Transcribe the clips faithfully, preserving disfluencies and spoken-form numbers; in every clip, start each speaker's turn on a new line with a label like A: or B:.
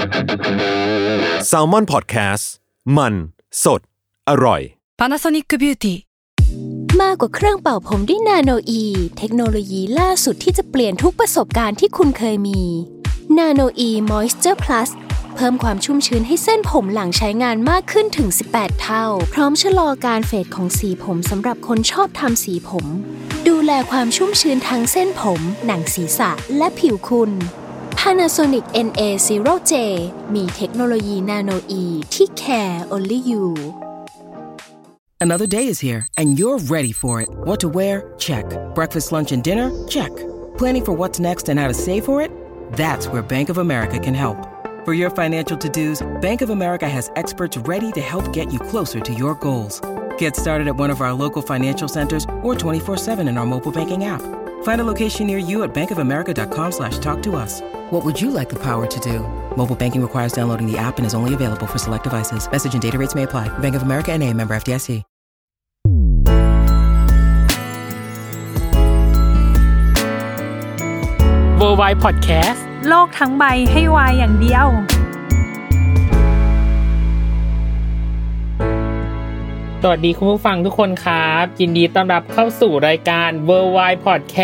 A: Salmon Podcast มันสดอร่อย
B: Panasonic Beauty
C: มากกว่าเครื่องเป่าผมด้วยนาโนอีเทคโนโลยีล่าสุดที่จะเปลี่ยนทุกประสบการณ์ที่คุณเคยมีนาโนอีมอยส์เจอร์พลัสเพิ่มความชุ่มชื้นให้เส้นผมหลังใช้งานมากขึ้นถึงสิบแปดเท่าพร้อมชะลอการเฟดของสีผมสำหรับคนชอบทำสีผมดูแลความชุ่มชื้นทั้งเส้นผมหนังศีรษะและผิวคุณ Panasonic เอ็น เอ ศูนย์ เจ มีเทคโนโลยีนาโนอีที่ care only you
D: Another day is here, and you're ready for it. What to wear? Check. Breakfast, lunch, and dinner? Check. Planning for what's next and how to save for it? That's where Bank of America can help. For your financial to-dos, Bank of America has experts ready to help get you closer to your goals. Get started at one of our local financial centers or twenty-four seven in our mobile banking app. Find a location near you at bankofamerica.com slash talk to us. What would you like the power to do? Mobile banking requires downloading the app and is only available for select devices. Message and data rates may apply. Bank of America N A, member F D I C.
E: Worldwide Podcast
F: โลกทั้งใบให้วายอย่างเดียว
E: สวัสดีคุณผู้ฟังทุกคนครับยินดีต้อนรับเข้าสู่รายการ Worldwide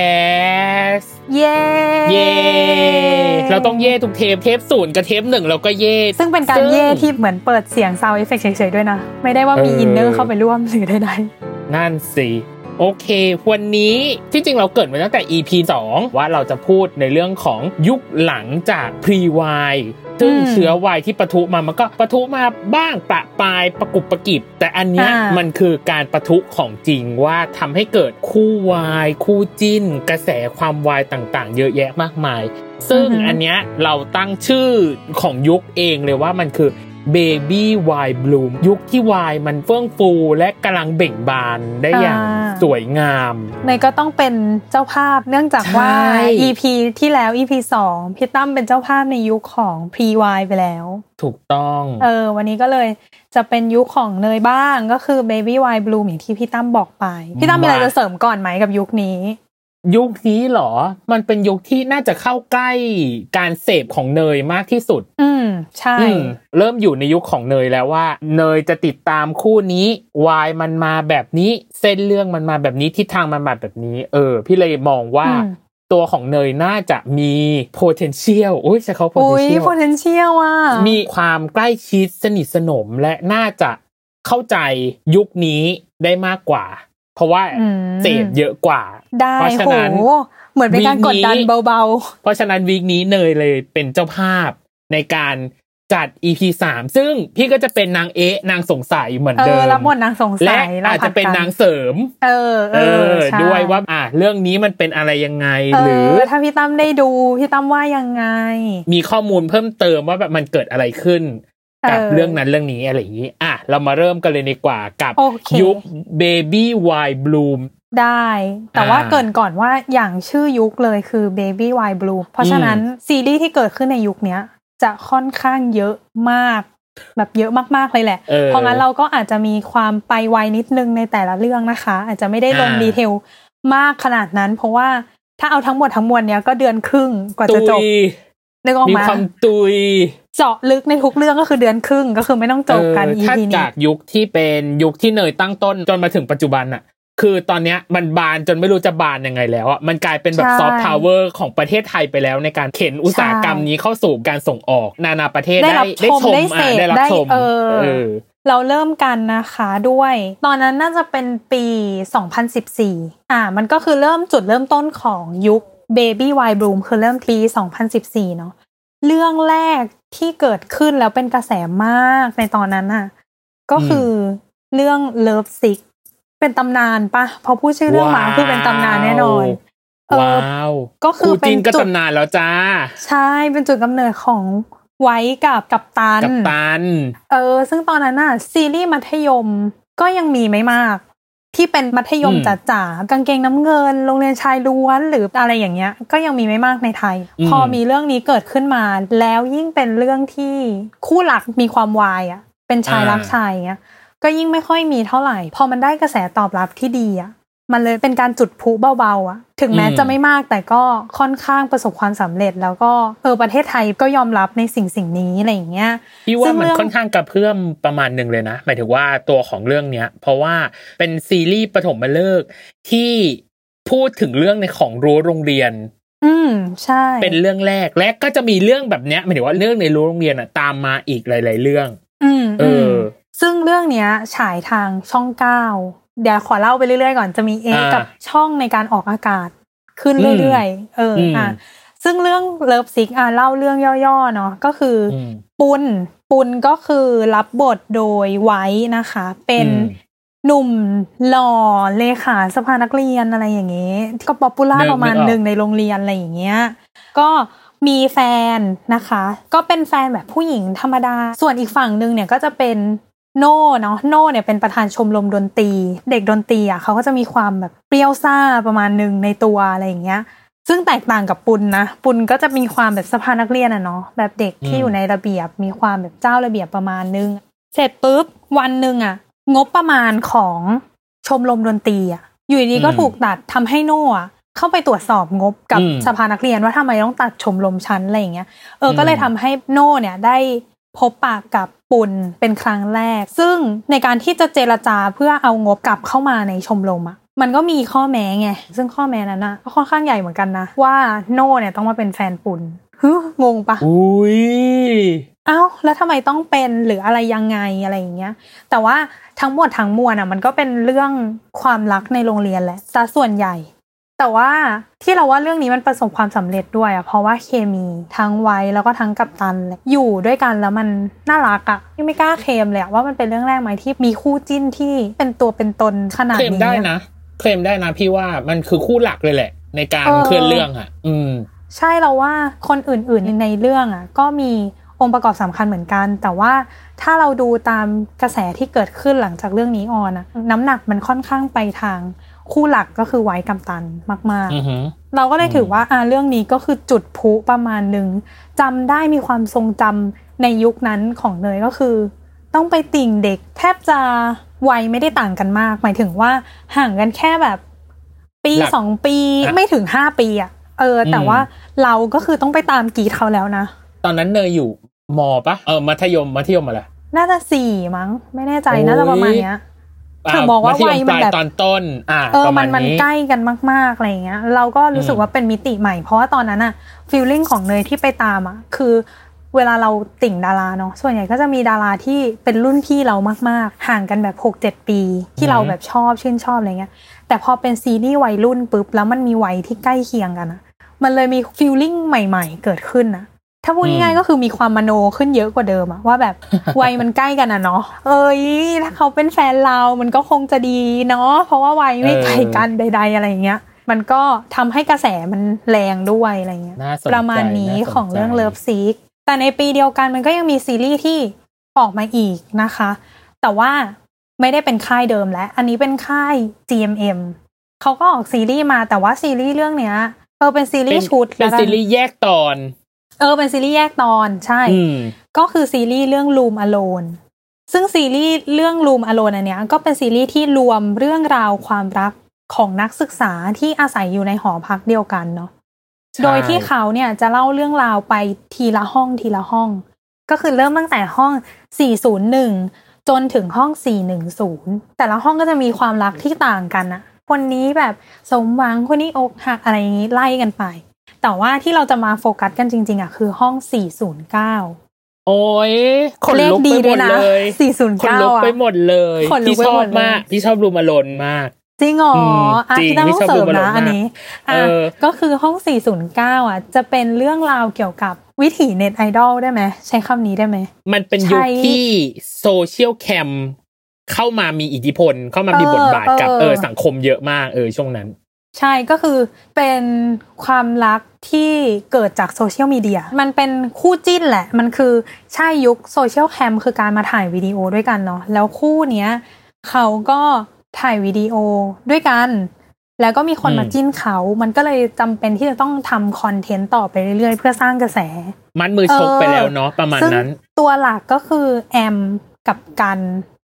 E: Podcast
F: เย้
E: เย้เราต้องเย่ทุกเทปเทปศูนย์กับเทปหนึ่งเราก็เย่
F: ซึ่งเป็นการเย่ที่เหมือนเปิดเสียง sound effect เฉยๆด้วยนะไม่ได้ว่ามีอินเนอร์เข้าไปร่วมหรือใด
E: ๆนั่นสิโอเควันนี้ที่จริงเราเกิดมาตั้งแต่ อี พี สองว่าเราจะพูดในเรื่องของยุคหลังจาก Pre-Y ซึ่งเชื้อ Y ที่ปะทุมามันก็ปะทุมาบ้างประปายประกุบประกิบแต่อันเนี้ยมันคือการปะทุของจริงว่าทำให้เกิดคู่ Y คู่จิ้นกระแสความ Y ต่างๆเยอะแยะมากมายซึ่งอันเนี้ยเราตั้งชื่อของยุคเองเลยว่ามันคือBaby Y Bloom ยุคที่ Y มันเฟื่องฟูและกำลังเบ่งบานได้อย่างสวยงาม
F: ในก็ต้องเป็นเจ้าภาพเนื่องจากว่า อี พี ที่แล้ว อี พี สองพี่ตั้มเป็นเจ้าภาพในยุคของ Pre-Y ไปแล้ว
E: ถูกต้อง
F: เออวันนี้ก็เลยจะเป็นยุคของเนยบ้างก็คือ Baby Y Bloom อย่างที่พี่ตั้มบอกไปพี่ตั้มมีอะไรจะเสริมก่อนไหมกับยุคนี้
E: ยุคนี้เหรอมันเป็นยุคที่น่าจะเข้าใกล้การเสพของเนยมากที่สุด
F: อืมใช่
E: เริ่มอยู่ในยุคของเนยแล้วว่าเนยจะติดตามคู่นี้วายมันมาแบบนี้เส้นเรื่องมันมาแบบนี้ทิศทางมันมาแบบนี้เออพี่เลยมองว่าตัวของเนยน่าจะมี potential โอ้ยใช่เขา potential
F: โอ้ย potential อ่ะ
E: มีความใกล้ชิดสนิทสนมและน่าจะเข้าใจยุคนี้ได้มากกว่าเพราะว่าเสพเยอะกว่า
F: เพราะฉะนั้นเหมือนเป็นการกดดันเบา
E: ๆเพราะฉะนั้นวีคนี้เนยเลยเป็นเจ้าภาพในการจัด อี พี สามซึ่งพี่ก็จะเป็นนางเอ๊ะนางสงสัยเหมือนเดิม
F: เออรับบทนางสงสัย
E: และอาจจะเป็นนางเสริม
F: เออเออ
E: ด้วยว่าอ่ะเรื่องนี้มันเป็นอะไรยังไงหรือ
F: ถ้าพี่ตั้มได้ดูพี่ตั้มว่ายังไง
E: มีข้อมูลเพิ่มเติมว่าแบบมันเกิดอะไรขึ้นกับเรื่องนั้นเรื่องนี้อะไรอย่างนี้อ่ะเรามาเริ่มกันเลยดีกว่ากับยุค Baby Y Bloom
F: ได้แต่ว่าเกริ่นก่อนว่าอย่างชื่อยุคเลยคือ Baby Y Bloom เพราะฉะนั้นซีรีส์ที่เกิดขึ้นในยุคเนี้ยจะค่อนข้างเยอะมากแบบเยอะมากๆเลยแหละ เ, เพราะงั้นเราก็อาจจะมีความไปไวนิดนึงในแต่ละเรื่องนะคะอาจจะไม่ได้ลงดีเทลมากขนาดนั้นเพราะว่าถ้าเอาทั้งหมดทั้งมวลเนี้ยก็เดือนครึ่งกว่าจะจบนึกออกมา
E: มีความตุย
F: เจาะลึกในทุกเรื่องก็คือเดือนครึ่งก็คือไม่ต้องจบกัน อี พี นี้
E: ถ้าจากยุคที่เป็นยุคที่เนยตั้งต้นจนมาถึงปัจจุบันน่ะคือตอนเนี้ยมันบานจนไม่รู้จะบานยังไงแล้วอ่ะมันกลายเป็นแบบซอฟต์พาวเวอร์ของประเทศไทยไปแล้วในการเข็นอุตสาหกรรมนี้เข้าสู่การส่งออกนานาประเทศได้
F: ได้ชมได้เสพได้เออ เราเริ่มกันนะคะด้วยตอนนั้นน่าจะเป็นปีสองพันสิบสี่อ่ามันก็คือเริ่มจุดเริ่มต้นของยุค Baby Y Bloom คือเริ่มปีสองพันสิบสี่เนาะเรื่องแรกที่เกิดขึ้นแล้วเป็นกระแสมากในตอนนั้นน่ะก็คือเรื่อง Love Sick เป็นตำนานปะพอพูดชื่อเรื่องมาคือเป็นตำนานแน่นอน
E: ว้าว
F: ก็คือเป็น
E: จุดก็ตำนานแล้วจ้า
F: ใช่เป็นจุดกำเนิดของไว้กับกัปตัน
E: กัปตัน
F: เออซึ่งตอนนั้นน่ะซีรีส์มัธยมก็ยังมีไม่มากที่เป็นมัธยมจ๋าๆกางเกงน้ำเงินโรงเรียนชายล้วนหรืออะไรอย่างเงี้ยก็ยังมีไม่มากในไทยพอมีเรื่องนี้เกิดขึ้นมาแล้วยิ่งเป็นเรื่องที่คู่หลักมีความวายอ่ะเป็นชายรักชายเงี้ยก็ยิ่งไม่ค่อยมีเท่าไหร่พอมันได้กระแสตอบรับที่ดีอ่ะมันเลยเป็นการจุดพลุเบาๆอ่ะถึงแม้จะไม่มากแต่ก็ค่อนข้างประสบความสำเร็จแล้วก็เออประเทศไทยก็ยอมรับในสิ่งสิ่งนี้อะไรอย่างเงี้ย
E: พี่ว่ามันค่อนข้างกระเพื่อมประมาณนึงเลยนะหมายถึงว่าตัวของเรื่องเนี้ยเพราะว่าเป็นซีรีส์ปฐมฤกษ์ที่พูดถึงเรื่องในของรั้วโรงเรียน
F: อืมใช่
E: เป็นเรื่องแรกและก็จะมีเรื่องแบบเนี้ยหมายถึงว่าเรื่องในรั้วโรงเรียนอ่ะตามมาอีกหลายๆเรื่อง
F: อืมเออซึ่งเรื่องเนี้ยฉายทางช่องเก้าเดี๋ยวขอเล่าไปเรื่อยๆก่อนจะมีเอกับช่องในการออกอากาศขึ้นเรื่อยๆเอออ่ะซึ่งเรื่องเลิฟซิกอ่ะเล่าเรื่องย่อๆเนาะก็คือปุณปุณก็คือรับบทโดยไว้นะคะเป็นหนุ่มหล่อเลขาสภานักเรียนอะไรอย่างเงี้ยก็ป๊อปปูล่าประมาณนึงในโรงเรียนอะไรอย่างเงี้ยก็มีแฟนนะคะก็เป็นแฟนแบบผู้หญิงธรรมดาส่วนอีกฝั่งนึงเนี่ยก็จะเป็นโน่เนาะโน่เนี่ยเป็นประธานชมรมดนตรีเด็กดนตรีอ่ะเขาก็จะมีความแบบเปรี้ยวซ่าประมาณนึงในตัวอะไรอย่างเงี้ยซึ่งแตกต่างกับปุณนะปุณก็จะมีความแบบสภานักเรียนอ่ะเนาะแบบเด็กที่อยู่ในระเบียบมีความแบบเจ้าระเบียบประมาณนึงเสร็จปุ๊บวันนึงอ่ะงบประมาณของชมรมดนตรีอ่ะอยู่ดีก็ถูกตัดทำให้โน่เข้าไปตรวจสอบงบกับสภานักเรียนว่าทำไมต้องตัดชมรมชั้นอะไรอย่างเงี้ยเออก็เลยทำให้โน่เนี่ยได้พบปะกับปุณเป็นครั้งแรกซึ่งในการที่จะเจรจาเพื่อเอางบกลับเข้ามาในชมรมอ่ะมันก็มีข้อแม้ไงซึ่งข้อแม้นั้นนะก็ค่อนข้างใหญ่เหมือนกันนะว่าโน่เนี่ยต้องมาเป็นแฟนปุณฮึงงปะ
E: อุ้ย
F: เอ้าแล้วทำไมต้องเป็นหรืออะไรยังไงอะไรอย่างเงี้ยแต่ว่าทั้งหมดทั้งมวลอ่ะมันก็เป็นเรื่องความรักในโรงเรียนแหละซะส่วนใหญ่แต่ว่าที่เราว่าเรื่องนี้มันประสบความสำเร็จด้วยอ่ะเพราะว่าเคมีทั้งไว้แล้วก็ทั้งกัปตันอยู่ด้วยกันแล้วมันน่ารักอ่ะไม่กล้าเคลมเลยว่ามันเป็นเรื่องแรกไหมที่มีคู่จิ้นที่เป็นตัวเป็นตนขนาดนี้
E: เคลมได้นะเคลมได้นะพี่ว่ามันคือคู่หลักเลยแหละในการเคลื่อนเรื่องอ่ะอืม
F: ใช่เราว่าคนอื่นๆในเรื่องอ่ะก็มีองค์ประกอบสำคัญเหมือนกันแต่ว่าถ้าเราดูตามกระแสที่เกิดขึ้นหลังจากเรื่องนี้ออนอ่ะน้ำหนักมันค่อนข้างไปทางคู่หลักก็คือไว้กัปตันมากๆเราก็เลยถือว่าอ่าเรื่องนี้ก็คือจุดพลุประมาณนึงจำได้มีความทรงจำในยุคนั้นของเนยก็คือต้องไปติ่งเด็กแทบจะวัยไม่ได้ต่างกันมากหมายถึงว่าห่างกันแค่แบบปีสองปีไม่ถึงห้าปีอ่ะเออแต่ว่าเราก็คือต้องไปตามกรีดเขาแล้วนะ
E: ตอนนั้นเนยอยู่ม.ปะเออมัธยมมัธยมอะไร
F: น่าจะสี่มั้งไม่แน่ใจน่าจะประมาณเนี้ยถึงบอกว่าวัยมันแบบ
E: ตอนต้นอ่า
F: เออมันมันใกล้กันมากๆอะไรอย่างเงี้ยเราก็รู้สึกว่าเป็นมิติใหม่เพราะว่าตอนนั้นอะฟีลลิ่งของเนยที่ไปตามอะคือเวลาเราติ่งดาราเนาะส่วนใหญ่ก็จะมีดาราที่เป็นรุ่นพี่เรามากๆห่างกันแบบ หกเจ็ด ปีที่เราแบบชอบชื่นชอบอะไรเงี้ยแต่พอเป็นซีรีส์วัยรุ่นปุ๊บแล้วมันมีวัยที่ใกล้เคียงกันอะมันเลยมีฟีลลิ่งใหม่ๆเกิดขึ้นนะถ้าพูดง่ายๆก็คือมีความมโนขึ้นเยอะกว่าเดิมอะว่าแบบวัยมันใกล้กันอะเนาะเอ้ยถ้าเขาเป็นแฟนเรามันก็คงจะดีเนาะเพราะว่าวัยไม่ไกลกันใดๆอะไรอย่างเงี้ยมันก็ทำให้กระแสมันแรงด้วยอะไรเงี้ยประมาณนี้ของเรื่อง Love Sick แต่ในปีเดียวกันมันก็ยังมีซีรีส์ที่ออกมาอีกนะคะแต่ว่าไม่ได้เป็นค่ายเดิมแล้วอันนี้เป็นค่าย จี เอ็ม เอ็ม เขาก็ออกซีรีส์มาแต่ว่าซีรีส์เรื่องเนี้ยเออเป็นซีรีส์ชุด
E: เป็นซีรีส์แยกตอน
F: เออเป็นซีรีส์แยกตอนใช่ก็คือซีรีส์เรื่อง Room Alone ซึ่งซีรีส์เรื่อง Room Alone อันเนี้ยก็เป็นซีรีส์ที่รวมเรื่องราวความรักของนักศึกษาที่อาศัยอยู่ในหอพักเดียวกันเนาะโดยที่เขาเนี่ยจะเล่าเรื่องราวไปทีละห้องทีละห้องก็คือเริ่มตั้งแต่ห้องสี่ศูนย์หนึ่งจนถึงห้องสี่หนึ่งศูนย์แต่ละห้องก็จะมีความรักที่ต่างกันอะคนนี้แบบสมหวังคนนี้อกหักอะไรอย่างนี้ไล่กันไปแต่ว่าที่เราจะมาโฟกัสกันจริงๆอ่ะคือห้องสี่ศูนย์เก้า
E: โอ้ยคนลุกไปหมดเลย
F: สี่ศูนย์เก้า
E: คนลุกไปหมดเลยพี่ชอบมากพี่ชอบรูมอโลนมาก
F: จริงอ๋ออ่ะที่ต้องเสริมนะอันนี้อ่ะก็คือห้องสี่ศูนย์เก้าอ่ะจะเป็นเรื่องราวเกี่ยวกับวิถีเน็ตไอดอลได้ไหมใช้คำนี้ได้ไหม
E: มันเป็นยุคที่โซเชียลแคมเข้ามามีอิทธิพลเข้ามามีบทบาทกับเออสังคมเยอะมากเออช่วงนั้น
F: ใช่ก็คือเป็นความรักที่เกิดจากโซเชียลมีเดียมันเป็นคู่จิ้นแหละมันคือใช่ยุคโซเชียลแคมคือการมาถ่ายวิดีโอด้วยกันเนาะแล้วคู่เนี้ยเขาก็ถ่ายวิดีโอด้วยกันแล้วก็มีคนมาจิ้นเขามันก็เลยจำเป็นที่จะต้องทำคอนเทนต์ต่อไปเรื่อยๆเพื่อสร้างกระแส
E: มันมือชกไปแล้วเนาะประมาณนั้น
F: ตัวหลักก็คือแอมกับกัน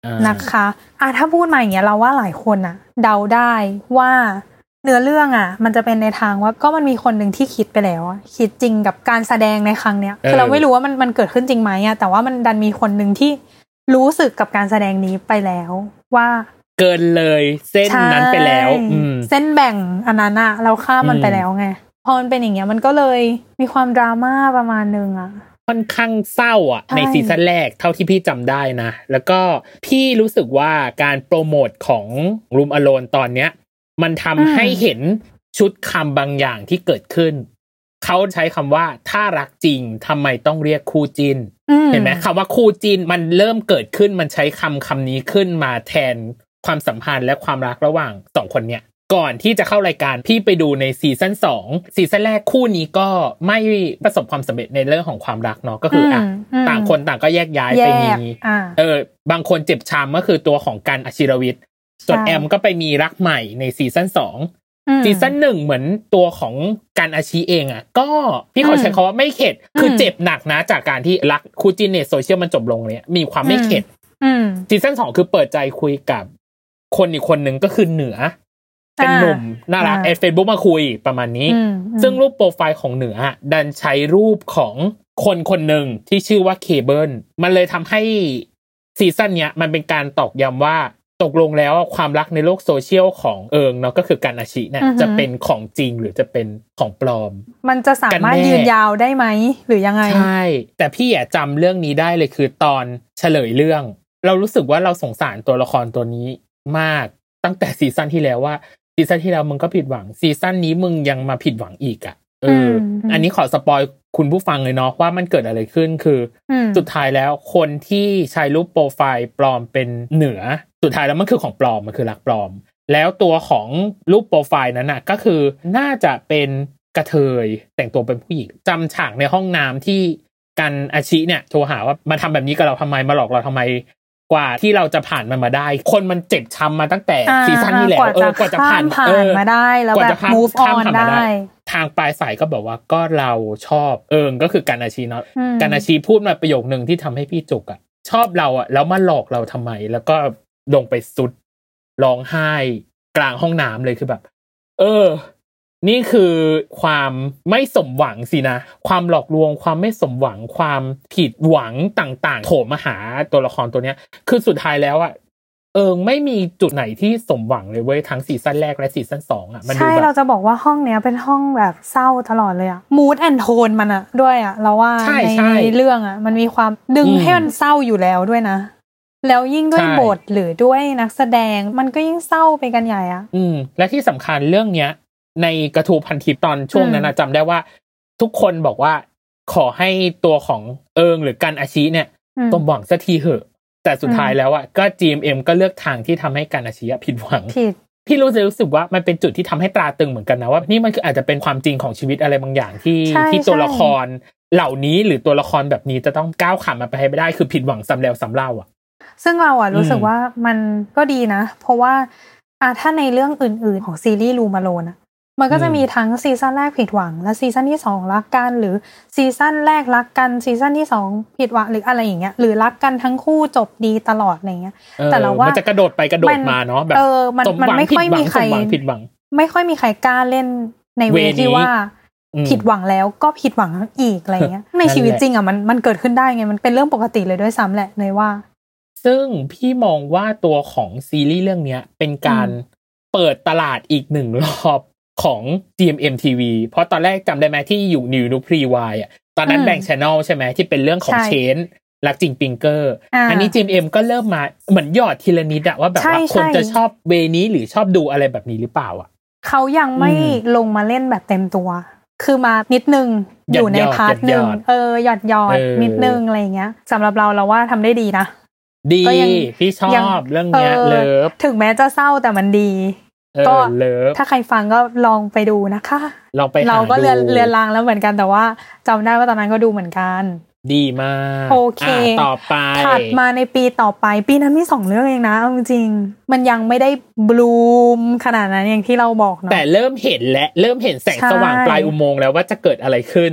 F: นะคะอ่ะถ้าพูดมาอย่างเงี้ยเราว่าหลายคนอ่ะเดาได้ว่าเนื้อเรื่องอ่ะมันจะเป็นในทางว่าก็มันมีคนหนึ่งที่คิดไปแล้วคิดจริงกับการแสดงในครั้งเนี้ยคือเราไม่รู้ว่ามันมันเกิดขึ้นจริงไหมอ่ะแต่ว่ามันดันมีคนหนึ่งที่รู้สึกกับการแสดงนี้ไปแล้วว่า
E: เกินเลยเส้นนั้นไปแล้ว
F: เส้นแบ่งอันนั้นอ่ะเราข้ามมันไปแล้วไงพอมันเป็นอย่างเงี้ยมันก็เลยมีความดราม่าประมาณนึงอ่ะ
E: ค่อนข้างเศร้าอ่ะในซีซั่นแรกเท่าที่พี่จำได้นะแล้วก็พี่รู้สึกว่าการโปรโมทของ Room Alone ตอนเนี้ยมันทำให้เห็นชุดคำบางอย่างที่เกิดขึ้นเขาใช้คำว่าถ้ารักจริงทำไมต้องเรียกคู่จินเห็นไหมคำว่าคู่จินมันเริ่มเกิดขึ้นมันใช้คำคำนี้ขึ้นมาแทนความสัมพันธ์และความรักระหว่างสองคนเนี้ยก่อนที่จะเข้ารายการพี่ไปดูในซีซั่นสองซีซั่นแรกคู่นี้ก็ไม่ประสบความสำเร็จในเรื่องของความรักเนาะก็คืออ่ะต่างคนต่างก็แยกย้ายไปมีเออบางคนเจ็บช้ำก็คือตัวของกันอชิรวิทย์ส่วนแอมก็ไปมีรักใหม่ในซีซั่นสองซีซั่นหนึ่งเหมือนตัวของกันอาชิเองอ่ะก็พี่ขอใช้คำว่าไม่เข็ดคือเจ็บหนักนะจากการที่รักคู่จิ้นในโซเชียลมันจบลงเนี่ยมีความไม่เข็ดซีซั่นสองคือเปิดใจคุยกับคนอีกคนนึงก็คือเหนือเป็นหนุ่มน่ารักแอด Facebook มาคุยประมาณนี้ซึ่งรูปโปรไฟล์ของเหนือดันใช้รูปของคนคนหนึ่งที่ชื่อว่าเคเบิลมันเลยทำให้ซีซั่นเนี้ยมันเป็นการตอกย้ำว่าตกลงแล้วความรักในโลกโซเชียลของเอิงเนาะก็คือกันอาชิเนี่ยจะเป็นของจริงหรือจะเป็นของปลอม
F: มันจะสามารถยืนยาวได้ไหมหรือยังไง
E: ใช่แต่พี่อ่ะจำเรื่องนี้ได้เลยคือตอนเฉลยเรื่องเรารู้สึกว่าเราสงสารตัวละครตัวนี้มากตั้งแต่ซีซั่นที่แล้วว่าซีซั่นที่แล้วมึงก็ผิดหวังซีซั่นนี้มึงยังมาผิดหวังอีกอ่ะเอออันนี้ขอสปอยคุณผู้ฟังเลยเนาะว่ามันเกิดอะไรขึ้นคือสุดท้ายแล้วคนที่ใช้รูปโปรไฟล์ปลอมเป็นเหนือสุดท้ายแล้วมันคือของปลอมมันคือรักปลอมแล้วตัวของรูปโปรไฟล์นั้นน่ะก็คือน่าจะเป็นกระเทยแต่งตัวเป็นผู้หญิงจำฉากในห้องน้ำที่กันอาชิเนี่ยโทรหาว่ามาทำแบบนี้กับเราทำไมมาหลอกเราทำไมกว่าที่เราจะผ่านมันมาได้คนมันเจ็บช้ำมาตั้งแต่ซีซั่นที่แล้วเออกว่าจะผ่าน
F: ผ่านมาได้แล้วแบบ move on ได้
E: ทางปลายสายก็บอกว่าก็เราชอบเอิงก็คือกันอาชิเนาะกันอาชิพูดมาประโยคนึงที่ทำให้พี่จุกอ่ะชอบเราอ่ะแล้วมาหลอกเราทำไมแล้วก็ลงไปสุดร้องไห้กลางห้องน้ำเลยคือแบบเออนี่คือความไม่สมหวังสินะความหลอกลวงความไม่สมหวังความผิดหวังต่างๆโถมมาหาตัวละครตัวเนี้ยคือสุดท้ายแล้วอ่ะเออไม่มีจุดไหนที่สมหวังเลยเว้ยทั้งซีซั่นแรกและซีซั่นสองอ่ะ
F: มันดูแบบใช่เราจะบอกว่าห้องเนี้ยเป็นห้องแบบเศร้าตลอดเลยอ่ะ mood and tone มันอ่ะด้วยอ่ะเราว่าในเรื่องอ่ะมันมีความดึงให้มันเศร้าอยู่แล้วด้วยนะแล้วยิ่งด้วยบทหรือด้วยนักแสดงมันก็ยิ่งเศร้าไปกันใหญ่อ่ะ
E: อืมและที่สำคัญเรื่องเนี้ยในกระทู้พันทิปตอนช่วงนั้นนะจำได้ว่าทุกคนบอกว่าขอให้ตัวของเอิงหรือกันอาชิเนี่ยสมหวังสักทีเหอะแต่สุดท้ายแล้วอ่ะก็ จี เอ็ม เอ็ม ก็เลือกทางที่ทำให้กันอาชิผิดหวังพี่รู้สึกรู้สึกว่ามันเป็นจุดที่ทำให้ตราตึงเหมือนกันนะว่านี่มันคืออาจจะเป็นความจริงของชีวิตอะไรบางอย่างที่ที่ตัวละครเหล่านี้หรือตัวละครแบบนี้จะต้องก้าวข้ามมันไปให้ไม่ได้คือผิดหวังซ้ำแล้วซ้ำเล่าอ่ะ
F: ซึ่งเราอ่ะรู้สึกว่ามันก็ดีนะเพราะว่าอ่ะถ้าในเรื่องอื่นๆของซีรีส์Room Aloneอะมันก็จะมีทั้งซีซั่นแรกผิดหวังและซีซั่นที่สองรักกันหรือซีซั่นแรกรักกันซีซั่นที่สองผิดหวังหรืออะไรอย่างเงี้ยหรือรักกันทั้งคู่จบดีตลอดอะไรเงี้ยแต่เราว่า
E: มันจะกระโดดไปกระโดดมาเนาะแบบสมหวังผิดหวังสมหวังผิดหวัง
F: ไม่ค่อยมีใครกล้าเล่นในเวที่ว่าผิดหวังแล้วก็ผิดหวังอีกอะไรเงี้ยในชีวิตจริงอ่ะมันมันเกิดขึ้นได้ไงมันเป็นเรื่องปกติเลยด้วยซ้ำแหละเลยว่า
E: ซึ่งพี่มองว่าตัวของซีรีส์เรื่องนี้เป็นการเปิดตลาดอีกหนึ่งรอบของ จี เอ็ม เอ็ม ที วี เพราะตอนแรกจำได้ไหมที่อยู่นิวนุพรีวายอ่ะตอนนั้นแบ่ง channel ใช่ไหมที่เป็นเรื่องของเชนรักจริงปิงเกอร์อันนี้ จี เอ็ม เอ็ม ก็เริ่มมาเหมือนหยอดทีละนิดอะว่าแบบว่าคนจะชอบเวนี้หรือชอบดูอะไรแบบนี้หรือเปล่าอ่ะ
F: เขายังไม่ลงมาเล่นแบบเต็มตัวคือมานิดนึงอยู่ในพาร์ทนึงเออหยอดหยอดนิดนึงอะไรเงี้ยสำหรับเราเราว่าทำได้ดีนะ
E: ดีพี่ชอบเรื่องเนี้ยเลิฟ
F: ถึงแม้จะเศร้าแต่มันดีก็ถ้าใครฟังก็ลองไปดูนะคะ
E: ลองไป
F: เราก็เรือนเรือนรางแล้วเหมือนกันแต่ว่าจำได้ว่าตอนนั้นก็ดูเหมือนกัน
E: ดีมาก
F: โอเค
E: ต่อไป
F: ถัดมาในปีต่อไปปีนั้นมีสองเรื่องเองนะจริงๆมันยังไม่ได้บลูมขนาดนั้นอย่างที่เราบอกเนาะ
E: แต่เริ่มเห็นและเริ่มเห็นแสงสว่างปลายอุโมงค์แล้วว่าจะเกิดอะไรขึ้น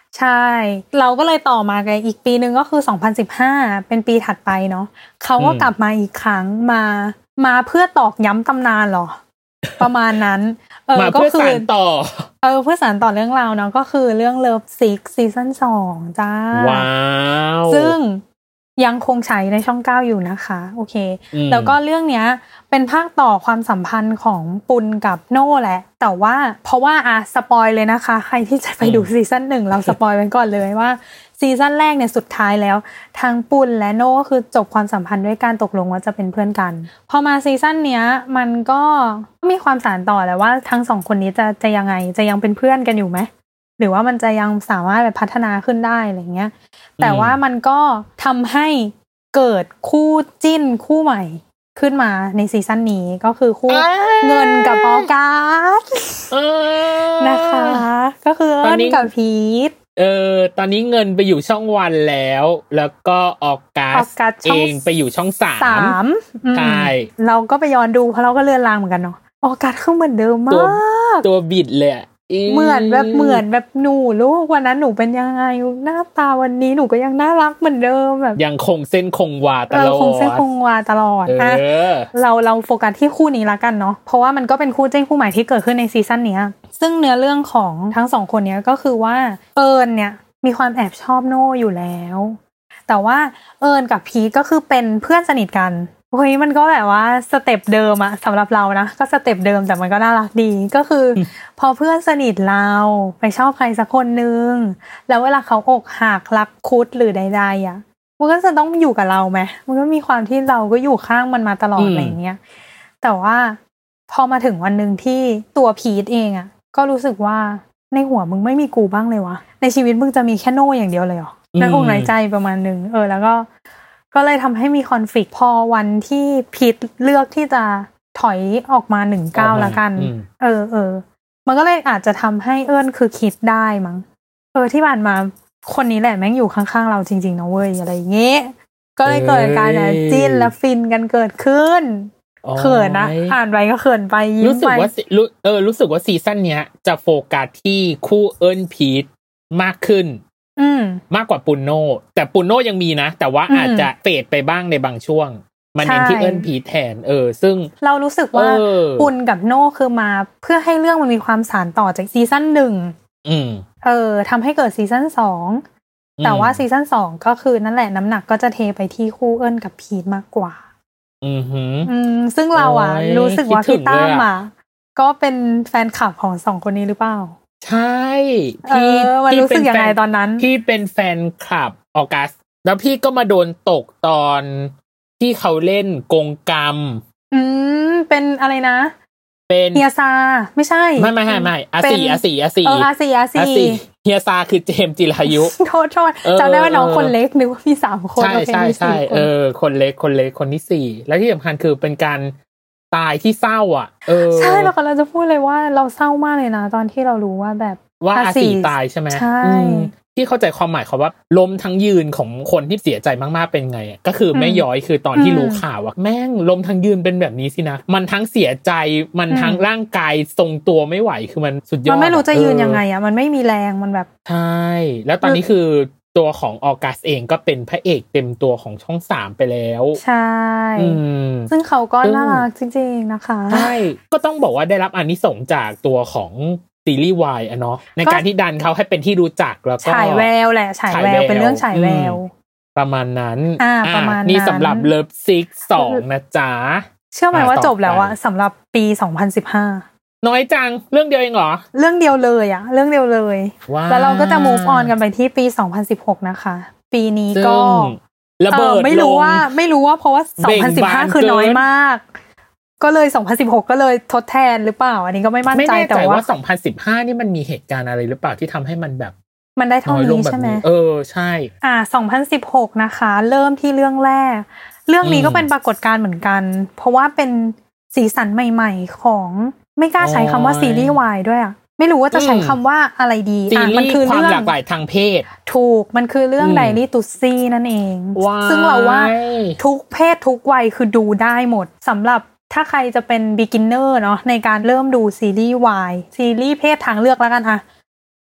F: ใช่เราก็เลยต่อมากันอีกปีนึงก็คือสองพันสิบห้าเป็นปีถัดไปเนาะเขาก็กลับมาอีกครั้งมามาเพื่อตอกย้ำตำนานหรอ ประมาณนั้น
E: เออก็คือต่อ
F: เออเพื่อสานต่อเรื่องราวเนาะก็คือเรื่อง Love Sick ซีซั่นสองจ้า
E: ว้าว
F: ซึ่งยังคงฉายในช่องเก้าอยู่นะคะโอเคแล้วก็เรื่องเนี้ยเป็นภาคต่อความสัมพันธ์ของปุณกับโน่แหละแต่ว่าเพราะว่าอะสปอยเลยนะคะใครที่จะไปดูซีซั่นหนึ่งเราสปอยไว้ก่อนเลยว่าซีซั่นแรกเนี่ยสุดท้ายแล้วทั้งปุณและโน่ก็คือจบความสัมพันธ์ด้วยการตกลงว่าจะเป็นเพื่อนกันพอมาซีซั่นเนี้ยมันก็มีความสานต่อแหละว่าทั้งสองคนนี้จะจะยังไงจะยังเป็นเพื่อนกันอยู่ไหมหรือว่ามันจะยังสามารถแบบพัฒนาขึ้นได้อะไรเงี้ยแต่ว่ามันก็ทำให้เกิดคู่จิ้นคู่ใหม่ขึ้นมาในซีซั่นนี้ก็คือคู่เงินกับออกัสนะคะก็คือเอิ้นกับพีท
E: เออตอนนี้เงินไปอยู่ช่องวันแล้วแล้วก็ออกัสเองไปอยู่ช่องสามใช่
F: เราก็ไปย้อนดูเพราะเราก็เลื่อนลางเหมือนกันเนาะออกัสคือเหมือนเดิมมาก
E: ตัวบิดเลย
F: เหมือนแบบเหมือนแบบหนูลูกวันนั้นหนูเป็นยังไงหน้าตาวันนี้หนูก็ยังน่ารักเหมือนเดิมแบบ
E: ยังคงเส้นคงวาตลอด
F: คงเส้นคงวาตลอดอ่ะเราเราโฟกัสที่คู่นี้ละกันเนาะเพราะว่ามันก็เป็นคู่จิ้นคู่ใหม่ที่เกิดขึ้นในซีซั่นนี้ซึ่งเนื้อเรื่องของทั้งสองคนนี้ก็คือว่าเอิญเนี่ยมีความแอบชอบโน่อยู่แล้วแต่ว่าเอิญกับพีทก็คือเป็นเพื่อนสนิทกันเฮ้ยมันก็แบบว่าสเต็ปเดิมอะสำหรับเรานะก็สเต็ปเดิมแต่มันก็น่ารักดีก็คือ พอเพื่อนสนิทเราไปชอบใครสักคนนึงแล้วเวลาเขาอกหักรักคุดหรือใดๆอะมันก็จะต้องอยู่กับเราไหมมันก็มีความที่เราก็อยู่ข้างมันมาตลอดอะไรเงี้ยแต่ว่าพอมาถึงวันนึงที่ตัวพีทเองอะก็รู้สึกว่าในหัวมึงไม่มีกูบ้างเลยวะในชีวิตมึงจะมีแค่โน่อย่างเดียวเลยเหรอในอกในใจประมาณนึงเออแล้วก็ก็เลยทำให้มีคอนฟลิกต์พอวันที่พีทเลือกที่จะถอยออกมาหนึ่งเก้าละกันเออเออมันก็เลยอาจจะทำให้เอิ้นคือคิดได้มั้งเออที่ผ่านมาคนนี้แหละแม่งอยู่ข้างๆเราจริงๆนะเว้ยอะไรอย่างเงี้ยก็เลยเกิดการจิ้นและฟินกันเกิดขึ้นเขินนะอ่านไปก็เขินไปยิ้มไป
E: รู้สึกว่าเออรู้สึกว่าซีซั่นเนี้ยจะโฟกัสที่คู่เอิ้นพีทมากขึ้นมากกว่าปุณโน่แต่ปุณโน่ยังมีนะแต่ว่าอาจจะเฟดไปบ้างในบางช่วงมันเน้นที่เอิ้นพีทแทนเออซึ่ง
F: เรารู้สึกว่าปุณกับโน่คือมาเพื่อให้เรื่องมันมีความสานต่อจากซีซั่นหนึ่งเออทำให้เกิดซีซั่นสองแต่ว่าซีซั่นสองก็คือนั่นแหละน้ำหนักก็จะเทไปที่คู่เอิ้นกับพีทมากกว่า
E: อือหือ
F: อืมซึ่งเราอ่ะรู้สึกว่าพี่ตั้มอ่ะก็เป็นแฟนคลับของสองคนนี้หรือเปล่า
E: ใช่พี่
F: พี่รู้สึกยังไงตอนนั้น
E: พี่เป็นแฟนคลับออกัสแล้วพี่ก็มาโดนตกตอนที่เขาเล่นกงกรรม
F: อืมเป็นอะไรนะ
E: เป็น
F: เฮียซาไม่ใช่
E: ไม่ไม่ไม่ไม่อาสีอาสีอาสี
F: เอออาสีอาสี
E: เฮียซาคือเจมส์จิรายุ
F: โทษโทษจำได้ว่าน้องคนเล็กนึกว่ามีสามคน
E: ใช่ใช่ใช่เออคนเล็กคนเล็กคนที่สี่แล้วที่สำคัญคือเป็นการตายที่เศร้าอ่ะเออ
F: ใช่เราก็เราจะพูดเลยว่าเราเศร้ามากเลยนะตอนที่เรารู้ว่าแบบ
E: ว่าอาสีตายใช่ไหม
F: ใช่
E: ที่เข้าใจความหมายเขาว่าล้มทั้งยืนของคนที่เสียใจมากๆเป็นไงก็คือแม่ย้อยคือตอนที่รู้ข่าวว่าแม่งล้มทั้งยืนเป็นแบบนี้สินะมันทั้งเสียใจมันทั้งร่างกายทรงตัวไม่ไหวคือมันสุดยอด
F: มันไม่รู้จะยืนยังไงอ่ะมันไม่มีแรงมันแบบ
E: ใช่แล้วตอนนี้คือตัวของออกัสเองก็เป็นพระเอกเต็มตัวของช่องสามไปแล้ว
F: ใช่ซึ่งเขาก็น่ารักจริงๆนะคะ
E: ใช่ก็ต้องบอกว่าได้รับอานิสงส์จากตัวของซีรีส์วายอะเนาะในการที่ดันเขาให้เป็นที่รู้จักแล้วก็
F: ฉายแววแหละฉายแววเป็นเรื่องฉายแวว
E: ประมาณนั้น
F: อ่าประมาณนั้น
E: นี่สำหรับ Love Sick สองนะจ๊ะ
F: เชื่อไหมว่าจบแล้วอะสำหรับปีสองพันสิบห้า
E: น้อยจังเรื่องเดียวเองเหรอ
F: เรื่องเดียวเลยอะเรื่องเดียวเลยแล้วเราก็จะ move on กันไปที่ปีสองพันสิบหกนะคะปีนี้ก็
E: ระเบิด
F: ไม่รู้ว่าไม่รู้ว่าเพราะว่าสองพันสิบห้าคือน้อยมากก็เลยสองพันสิบหกก็เลยทดแทนหรือเปล่าอันนี้ก็ไม่มั่นใจแต่ว่า
E: สองพันสิบห้านี่มันมีเหตุการณ์อะไรหรือเปล่าที่ทำให้มันแบบ
F: มันได้เท่านี้ใช่ไหม
E: เออใช่
F: อ่าสองพันสิบหกนะคะเริ่มที่เรื่องแรกเรื่องนี้ก็เป็นปรากฏการณ์เหมือนกันเพราะว่าเป็นสีสันใหม่ๆของไม่กล้าใช้คำว่าซีรีส์วายด้วยอ่ะไม่รู้ว่าจะใช้คำว่าอะไรดี
E: อ่ะมันคือเรื่องความหลากหลายทางเพศ
F: ถูกมันคือเรื่องไดรี่ตุซี่นั่นเองซึ่งเราว่าทุกเพศทุกวัยคือดูได้หมดสำหรับถ้าใครจะเป็น beginner เนาะในการเริ่มดูซีรีส์วายซีรีส์เพศทางเลือกแล้วกันอะ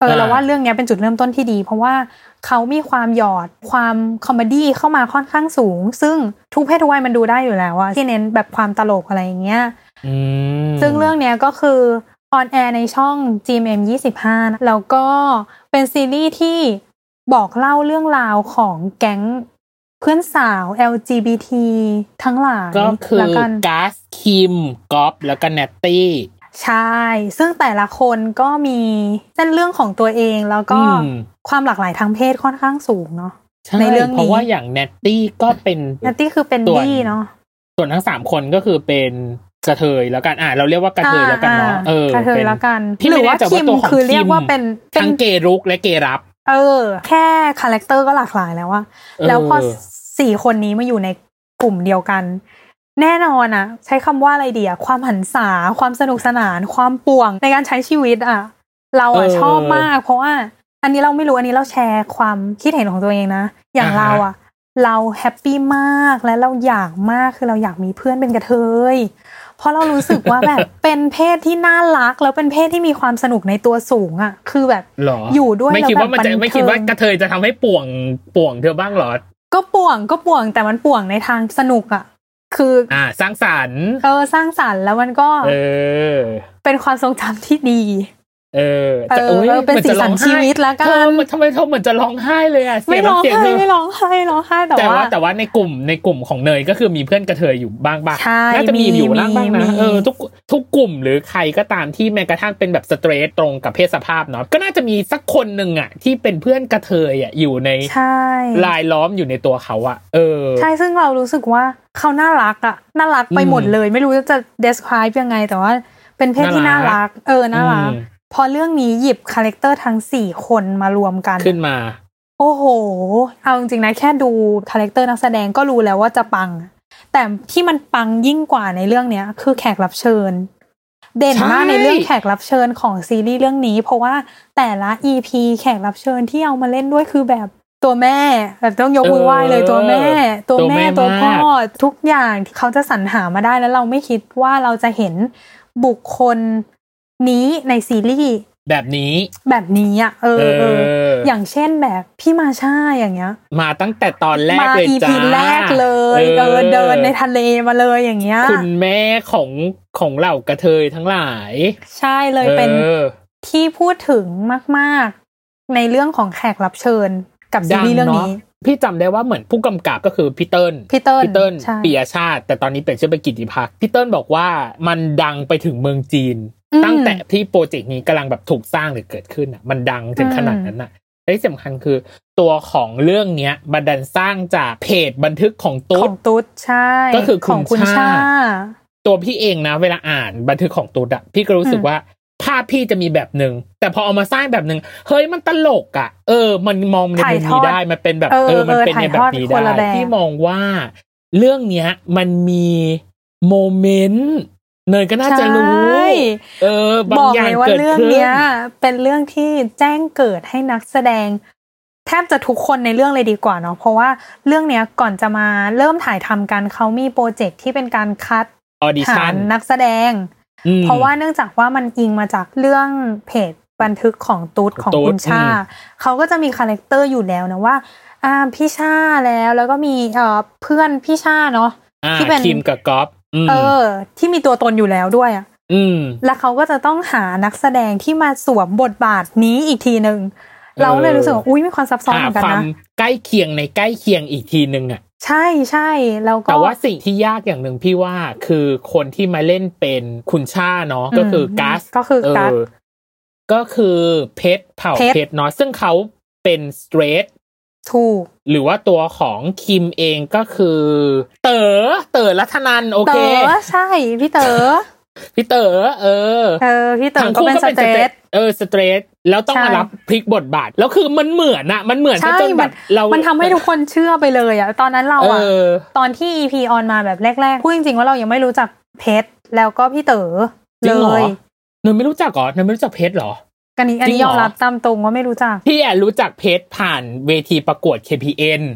F: ออเราว่าเรื่องนี้เป็นจุดเริ่มต้นที่ดีเพราะว่าเขามีความหยอดความคอมเมดี้เข้ามาค่อนข้างสูงซึ่งทุกเพศทุกวัยมันดูได้อยู่แล้วว่าที่เน้นแบบความตลกอะไรอย่างเงี้ยซึ่งเรื่องนี้ก็คือออนแอร์ในช่อง จี เอ็ม เอ็ม ยี่สิบห้านะแล้วก็เป็นซีรีส์ที่บอกเล่าเรื่องราวของแก๊งเพื่อนสาว แอล จี บี ที ทั้งหลาย
E: ก็คือกัสคิมก๊อฟแล้วก็แนตตี้
F: ใช่ซึ่งแต่ละคนก็มีเส้นเรื่องของตัวเองแล้วก็ความหลากหลายทางเพศค่อนข้างสูงเนาะในเรื่องนี้
E: เพราะว่าอย่างแนตตี้ก็เป็น
F: แนตตี้คือเป็นดี้เนาะ
E: ส่วนทั้งสามคนก็คือเป็นกระเทยแล้วกันอ่ะเราเรียกว่ากระเทยแล้วกันเนาะเออก
F: ระเทยแล้วกัน
E: หรือว่าคิม
F: คือเรียกว่าเป็น
E: ทั้งเกย์รุกและเกย์รับ
F: เออแค่คาแรคเตอร์ก็หลากหลายแล้วว่าแล้วพอสี่คนนี้มาอยู่ในกลุ่มเดียวกันแน่นอนอะใช้คำว่าอะไรดีอะความหันษาความสนุกสนานความป่วงในการใช้ชีวิตอะเราอะชอบมากเพราะว่าอันนี้เราไม่รู้อันนี้เราแชร์ความคิดเห็นของตัวเองนะอย่างเราอะเราแฮปปี้มากและเราอยากมากคือเราอยากมีเพื่อนเป็นกระเทยเพราะเรารู้สึกว่าแบบเป็นเพศที่น่ารักแล้วเป็นเพศที่มีความสนุกในตัวสูงอะคือแบบอยู่ด้วย
E: ไม่คิดว่ามันจะไม่คิดว่ากระเทยจะทำให้ป่วงป่วงเธอบ้างหรอ
F: ก็ป่วงก็ป่วงแต่มันป่วงในทางสนุกอะคือ
E: อ่าสร้างสรรค์
F: เออสร้างสรรค์แล้วมันก็
E: เออ
F: เป็นความทรงจำที่ดี
E: เออ
F: แต่เออเป็นสีสันชีวิตแล้วกัน
E: ทำไมเธอเหมือนจะร้องไห้เลยอ่ะเสียง
F: เสียงไม่ร้องไห้ร้องไห้แต่ว่า
E: แต่ว่าในกลุ่มในกลุ่มของเนยก็คือมีเพื่อนกระเทยอยู่บ้างบ้างน่าจะมีอยู่บ้างบ้างนะเออทุกทุกกลุ่มหรือใครก็ตามที่แม้กระทั่งเป็นแบบสเตรทตรงกับเพศสภาพเนาะก็น่าจะมีสักคนนึงอ่ะที่เป็นเพื่อนกระเทยอ่ะอยู่ในลายล้อมอยู่ในตัวเขาอ่ะเออ
F: ใช่ซึ่งเรารู้สึกว่าเขาน่ารักอ่ะน่ารักไปหมดเลยไม่รู้จะ describe ยังไงแต่ว่าเป็นเพศที่น่ารักเออน่ารักพอเรื่องนี้หยิบคาแรคเตอร์ทั้งสี่คนมารวมกัน
E: ขึ้นมา
F: โอ้โหเอาจริงๆนะแค่ดูคาแรคเตอร์นักแสดงก็รู้แล้วว่าจะปังแต่ที่มันปังยิ่งกว่าในเรื่องเนี้ยคือแขกรับเชิญเด่นมากในเรื่องแขกรับเชิญของซีรีส์เรื่องนี้เพราะว่าแต่ละ อี พี แขกรับเชิญที่เอามาเล่นด้วยคือแบบตัวแม่แบบต้องยกมือไหว้เลยตัวแม่ตัวแม่ตัวพ่อทุกอย่างที่เขาจะสรรหามาได้แล้วเราไม่คิดว่าเราจะเห็นบุคคลนี้ในซีรีส์
E: แบบนี้
F: แบบนี้อ่ะเออเอออย่างเช่นแบบพี่มาช่าอย่างเงี้ย
E: มาตั้งแต่ตอนแรกเลยจ้ามา อี
F: พี แรกเลยเดินเดินในทะเลมาเลยอย่างเงี้ย
E: คุณแม่ของของเหล่ากระเทยทั้งหลาย
F: ใช่เลยเป็นที่พูดถึงมากๆในเรื่องของแขกรับเชิญกับซีรีส์เรื่องนี้
E: พี่จำได้ว่าเหมือนผู้กำกับก็คือพี่เติ้ล
F: พี่เติ้ล
E: พี่เติ้ลปิยชาติแต่ตอนนี้เปลี่ยนชื่อเป็นกิตติภักดิ์พี่เติ้ลบอกว่ามันดังไปถึงเมืองจีนตั้งแต่ที่โปรเจกต์นี้กำลังแบบถูกสร้างหรือเกิดขึ้นอ่ะมันดังถึงขนาดนั้นน่ะและที่สำคัญคือตัวของเรื่องเนี้ยบันดันสร้างจากเพจบันทึกของตุ๊ด
F: ของตุ๊ดใช่
E: ก็คือ
F: ของคุณชา
E: ตัวพี่เองนะเวลาอ่านบันทึกของตุ๊ดอ่ะพี่ก็รู้สึกว่าภาพพี่จะมีแบบนึงแต่พอเอามาสร้างแบบนึงเฮ้ยมันตลกอ่ะเออมันมองในมุมนี้ได้มันเป็นแบบเออมันเป็นในแบบนี้ได้พี่มองว่าเรื่องเนี้ยมันมีโมเมนต์เนยก็น่าจะรู้เออบางอย่างเกิดขึ้นบอกเลยว่าเรื่องเนี้ย
F: เป็นเรื่องที่แจ้งเกิดให้นักแสดงแทบจะทุกคนในเรื่องเลยดีกว่าเนาะเพราะว่าเรื่องเนี้ยก่อนจะมาเริ่มถ่ายทำกันเขามีโปรเจกต์ที่เป็นการคัด
E: ออดิชั่น
F: นักแสดงเพราะว่าเนื่องจากว่ามันอิงมาจากเรื่องเพจบันทึกของตุ๊ดของคุณชาเขาก็จะมีคาแรคเตอร์อยู่แล้วนะว่าอ่าพี่ชาแล้วแล้วก็มีเอ่อเพื่อนพี่ชาเนาะ
E: ที่เป็นคิมกับก๊อฟ
F: เออที่มีตัวตนอยู่แล้วด้วยอ่ะแล้วเขาก็จะต้องหานักแสดงที่มาสวมบทบาทนี้อีกทีนึงเราเลยรู้สึกว่าอุ้ยมีความซับซ้อนเหมือนกันนะ
E: ความใกล้เคียงในใกล้เคียงอีกทีนึงอ่ะ
F: ใช่ใช่แล้วก็
E: แต่ว่าสิ่งที่ยากอย่างหนึ่งพี่ว่าคือคนที่มาเล่นเป็นคุณชาเนาะก็คือกัส
F: ก็คือกัส
E: ก็คือเพชรเผ่าเพชรเนาะซึ่งเขาเป็นสเตรท
F: ถูก
E: หรือว่าตัวของคิมเองก็คือเต๋อเต๋อรัตนันโอเค
F: เต๋อใช่พี่เต๋อ
E: พี่เต๋อเออ
F: เออพี่เต๋อก็เป็นสเตรท
E: เออสเตรทแล้วต้องมารับพลิกบทบาทแล้วคือมันเหมือนอะมันเหมือนจนแบบ
F: เรามันทำให้ทุกคนเชื่อไปเลยอะตอนนั้นเราอะตอนที่ อี พี ออนมาแบบแรกๆพูดจริงๆว่าเรายังไม่รู้จักเพชรแล้วก็พี่เต๋อเลย
E: เนยไม่รู้จักเหรอเนยไม่รู้จักเพชรเหรอ
F: กันนี้อันนี้ยอมรับตามตรงว่าไม่รู้จัก
E: พี่อ่ะรู้จักเพชรผ่านเวทีประกวด เค พี เอ็น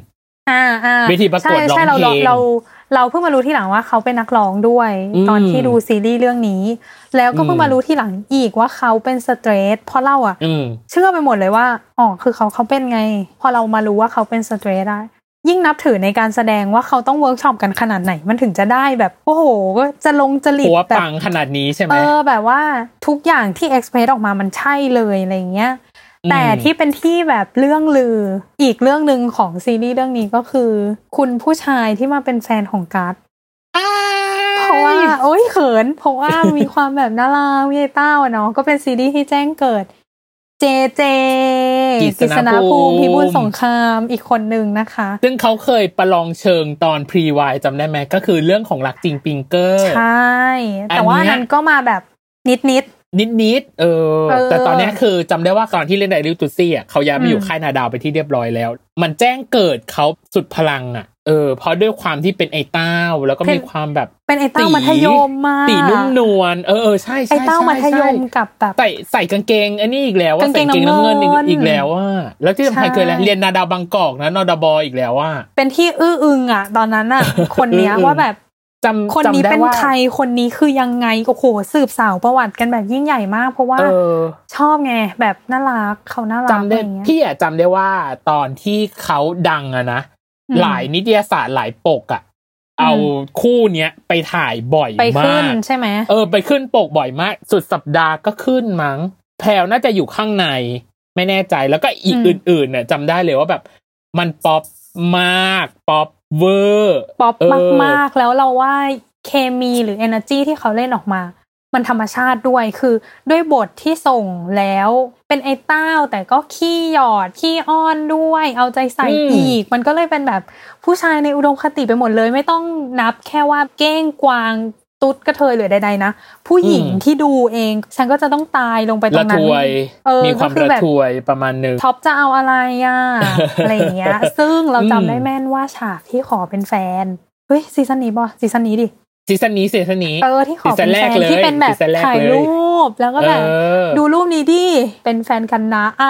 F: อ่าๆ
E: เวทีประกวดร้องเพลงใช่ๆเรา
F: เราเราเพิ่งมารู้ทีหลังว่าเขาเป็นนักร้องด้วยตอนที่ดูซีรีส์เรื่องนี้แล้วก็เพิ่งมารู้ทีหลังอีกว่าเขาเป็นสเตรทเพราะเราอ่ะเชื่อไปหมดเลยว่าอ๋อคือเขาเขาเป็นไงพอเรามารู้ว่าเขาเป็นสเตรทได้ยิ่งนับถือในการแสดงว่าเขาต้องเวิร์กช็อปกันขนาดไหนมันถึงจะได้แบบโอ้โหก็จะลงจริต
E: แบบปังขนาดนี้ใช่ไหม
F: เออแบบว่าทุกอย่างที่เอ็กซ์เพรสออกมามันใช่เลยอะไรเงี้ยแต่ที่เป็นที่แบบเรื่องลืออีกเรื่องนึงของซีรีส์เรื่องนี้ก็คือคุณผู้ชายที่มาเป็นแฟนของกัสเพราะว่าโอ๊ยเขินเพราะว่ามีความแบบน่ารักมีไอ้เต้าอ่ะเนาะก็เป็นซีรีส์ที่แจ้งเกิดเจเจกฤษณภูมิพิบูลสงครามอีกคนนึงนะคะ
E: ซึ่งเขาเคยประลองเชิงตอนพรีวายจำได้ไหมก็คือเรื่องของรักจริงปิงเกอร์
F: ใช่แต่ว่านั้นก็มาแบบนิดนิด
E: นิดนิดเออแต่ตอนนี้คือจำได้ว่าตอนที่เล่นไดริวตูซี่อ่ะเขาย้ายมาอยู่ค่ายนาดาวไปที่เรียบร้อยแล้วมันแจ้งเกิดเขาสุดพลังอ่ะเออเพราะด้วยความที่เป็นไอ้เต้าแล้วก็มีความแบบ
F: เป็นไอ้เต้ามัธยมมา
E: ตีนุ่มนวลเออเออใช่ใช่
F: ไอ้เต้ามัธยมกับแบบ
E: ใส่ใส่กางเกงอันนี้อีกแล้วว่าใส่กางเกงน้ำเงินอีกแล้วว่าแล้วที่สำคัญเคยเรียนนาดาวบางกอกนะนดบอีกแล้วว่า
F: เป็นที่อื้ออึงอ่ะตอนนั้นอ่ะคนเนี้ยว่าแบบ
E: จำ
F: คนนี้เป็นใครคนนี้คือยังไงโอ้โหสืบสาวประวัติกันแบบยิ่งใหญ่มากเพราะว่าชอบไงแบบน่ารักเขาน่ารักอะไรเงี้ย
E: พี่อ่ะจำได้ว่าตอนที่เขาดังอะนะหลายนิตยสารหลายปกอ่ะเอาคู่เนี้ยไปถ่ายบ่อยมากไป
F: ขึ้นใช่ไหม
E: เออไปขึ้นปกบ่อยมากสุดสัปดาห์ก็ขึ้นมั้งแพรวน่าจะอยู่ข้างในไม่แน่ใจแล้วก็อีกอื่นๆเนี่ยจำได้เลยว่าแบบมันป๊อปมากป๊อปเวอร์
F: ป๊อปมากๆแล้วเราว่าเคมีหรือ energy ที่เขาเล่นออกมามันธรรมชาติด้วยคือด้วยบทที่ส่งแล้วเป็นไอ้เต้าแต่ก็ขี้หยอดขี้อ้อนด้วยเอาใจใส่อีกมันก็เลยเป็นแบบผู้ชายในอุดมคติไปหมดเลยไม่ต้องนับแค่ว่าเก้งกวางตุ๊ดกระเทยหรือใดๆนะผู้หญิงที่ดูเองฉันก็จะต้องตายลงไปตรงนั้น
E: มีความระทวยประมาณนึง
F: ท็อปจะเอาอะไรอ่ะ อะไรอย่างเงี้ยซึ่งเราจำได้แม่นว่าฉากที่ขอเป็นแฟนเฮ้ยซีซั่นนี้ป่ะซีซั่นนี้ดิ
E: ซีซั่นนี้ซีซั่นนี้
F: เออที่ขอเป็นแฟนที่เป็นแบบถ่ายรูปแล้วก็แบบดูรูปนี้ดิเป็นแฟนกันนะอ่ะ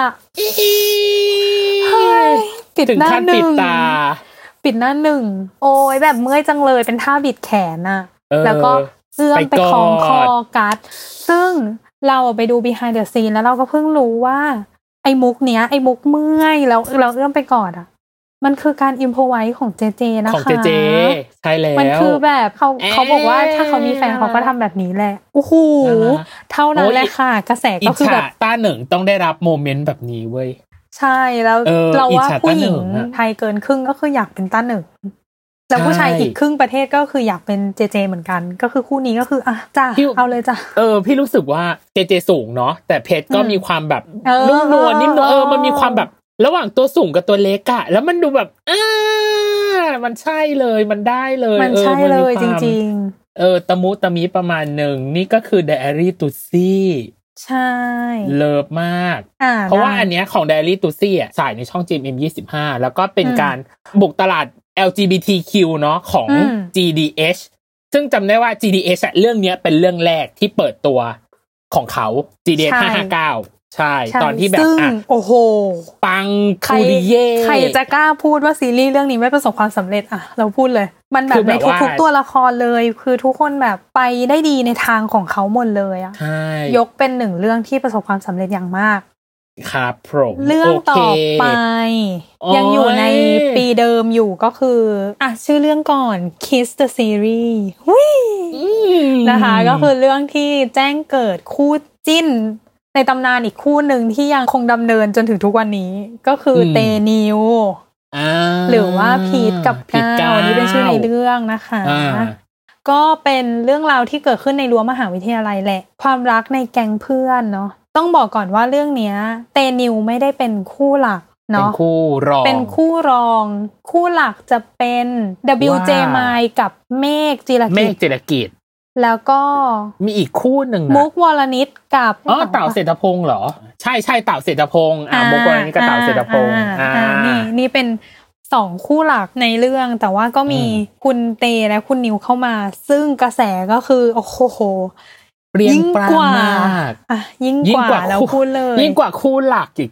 F: ปิดหน้าหนึ่งปิดหน้าหนึ่งโอ้ยแบบเมื่อยจังเลยเป็นท่าบิดแขนอ่ะแล้วก็เอื้อมไปคล้องคอกัดซึ่งเราไปดู behind the scene แล้วเราก็เพิ่งรู้ว่าไอ้มุกเนี้ยไอ้มุกเมื่อยแล้วเราเอื้อมไปกอดอ่ะมันคือการอิมโพไวส์ของเจเจนะคะ
E: ของเจเจใช่แล้ว
F: มันคือแบบเขาเขาบอกว่าถ้าเขามีแฟนเขาก็ทำแบบนี้แหละโอ้โหเท่านั้นแหละค่ะกระแสก็คือแบบ
E: ต้าหนึ่งต้องได้รับโมเมนต์แบบนี้เว้ย
F: ใช่แล้วเราว่าผู้หญิงไทยเกินครึ่งก็คืออยากเป็นต้าหนึ่งแล้วผู้ชายอีกครึ่งประเทศก็คืออยากเป็นเจเจเหมือนกันก็คือคู่นี้ก็คืออ่ะจ้าเอาเลยจ้า
E: เออพี่รู้สึกว่าเจเจสูงเนาะแต่เพชรก็มีความแบบนุ่มนวลนิ่มนวลเออมันมีความแบบระหว่างตัวสูงกับตัวเล็กอะแล้วมันดูแบบอ่ามันใช่เลยมันได้เลย
F: มันใช่เลยจริง
E: ๆเออตะมุตะมิประมาณหนึ่งนี่ก็คือ Diary Tutsi
F: ใช่
E: เลิฟมากเพราะว่าอันเนี้ยของ Diary Tutsi อ่ะฉายในช่อง จี เอ็ม เอ็ม ยี่สิบห้าแล้วก็เป็นการบุกตลาด แอล จี บี ที คิว เนาะของ จี ดี เอช ซึ่งจำได้ว่า จี ดี เอช อ่ะเรื่องเนี้ยเป็นเรื่องแรกที่เปิดตัวของเขา จี ดี เอช ห้าห้าเก้าใช่ตอนที่แบบ
F: อ่ะโอ้โห
E: ปังคูริเย่
F: ใครจะกล้าพูดว่าซีรีส์เรื่องนี้ไม่ประสบความสำเร็จอ่ะเราพูดเลยมันแบบในทุกๆตัวละครเลยคือทุกคนแบบไปได้ดีในทางของเขาหมดเลยอ่ะยกเป็นหนึ่งเรื่องที่ประสบความสำเร็จอย่างมาก
E: ครับผม
F: เรื่องต่อไปยังอยู่ในปีเดิมอยู่ก็คืออ่ะชื่อเรื่องก่อน Kiss the Series นะคะก็คือเรื่องที่แจ้งเกิดคู่จิ้นในตำนานอีกคู่หนึ่งที่ยังคงดำเนินจนถึงทุกวันนี้ก็คือเตนิวหรือว่าพีทกับก้าวนี่เป็นชื่อในเรื่องนะคะก็เป็นเรื่องราวที่เกิดขึ้นในรั้วมหาวิทยาลัยแหละความรักในแก๊งเพื่อนเนาะต้องบอกก่อนว่าเรื่องเนี้ยเตนิวไม่ได้เป็นคู่หลักเนาะ
E: เป็นคู่รอง
F: เป็นคู่รองคู่หลักจะเป็น ดับเบิลยู เจ มายกับเมฆจิรกิจ
E: เมฆจิรกิจ
F: แล้วก็
E: มีอีกคู่หนึ่งนะ
F: มุกวรนิชกับ
E: อ๋อเต่าเศรษฐพงษ์เหรอใช่ใช่เต่าเศรษฐพงษ์อ่ามุกวรนิชกับเต่าเศรษฐพงษ์อ่า
F: นี่นี่เป็นสองคู่หลักในเรื่องแต่ว่าก็มีคุณเตและคุณนิวเข้ามาซึ่งกระแสก็คือโอ้โห
E: เปรี้ยงปร้างมาก
F: อ่ะยิ่งกว่าเราพูดเลย
E: ยิ่งกว่าคู่หลักอีกอ่ะ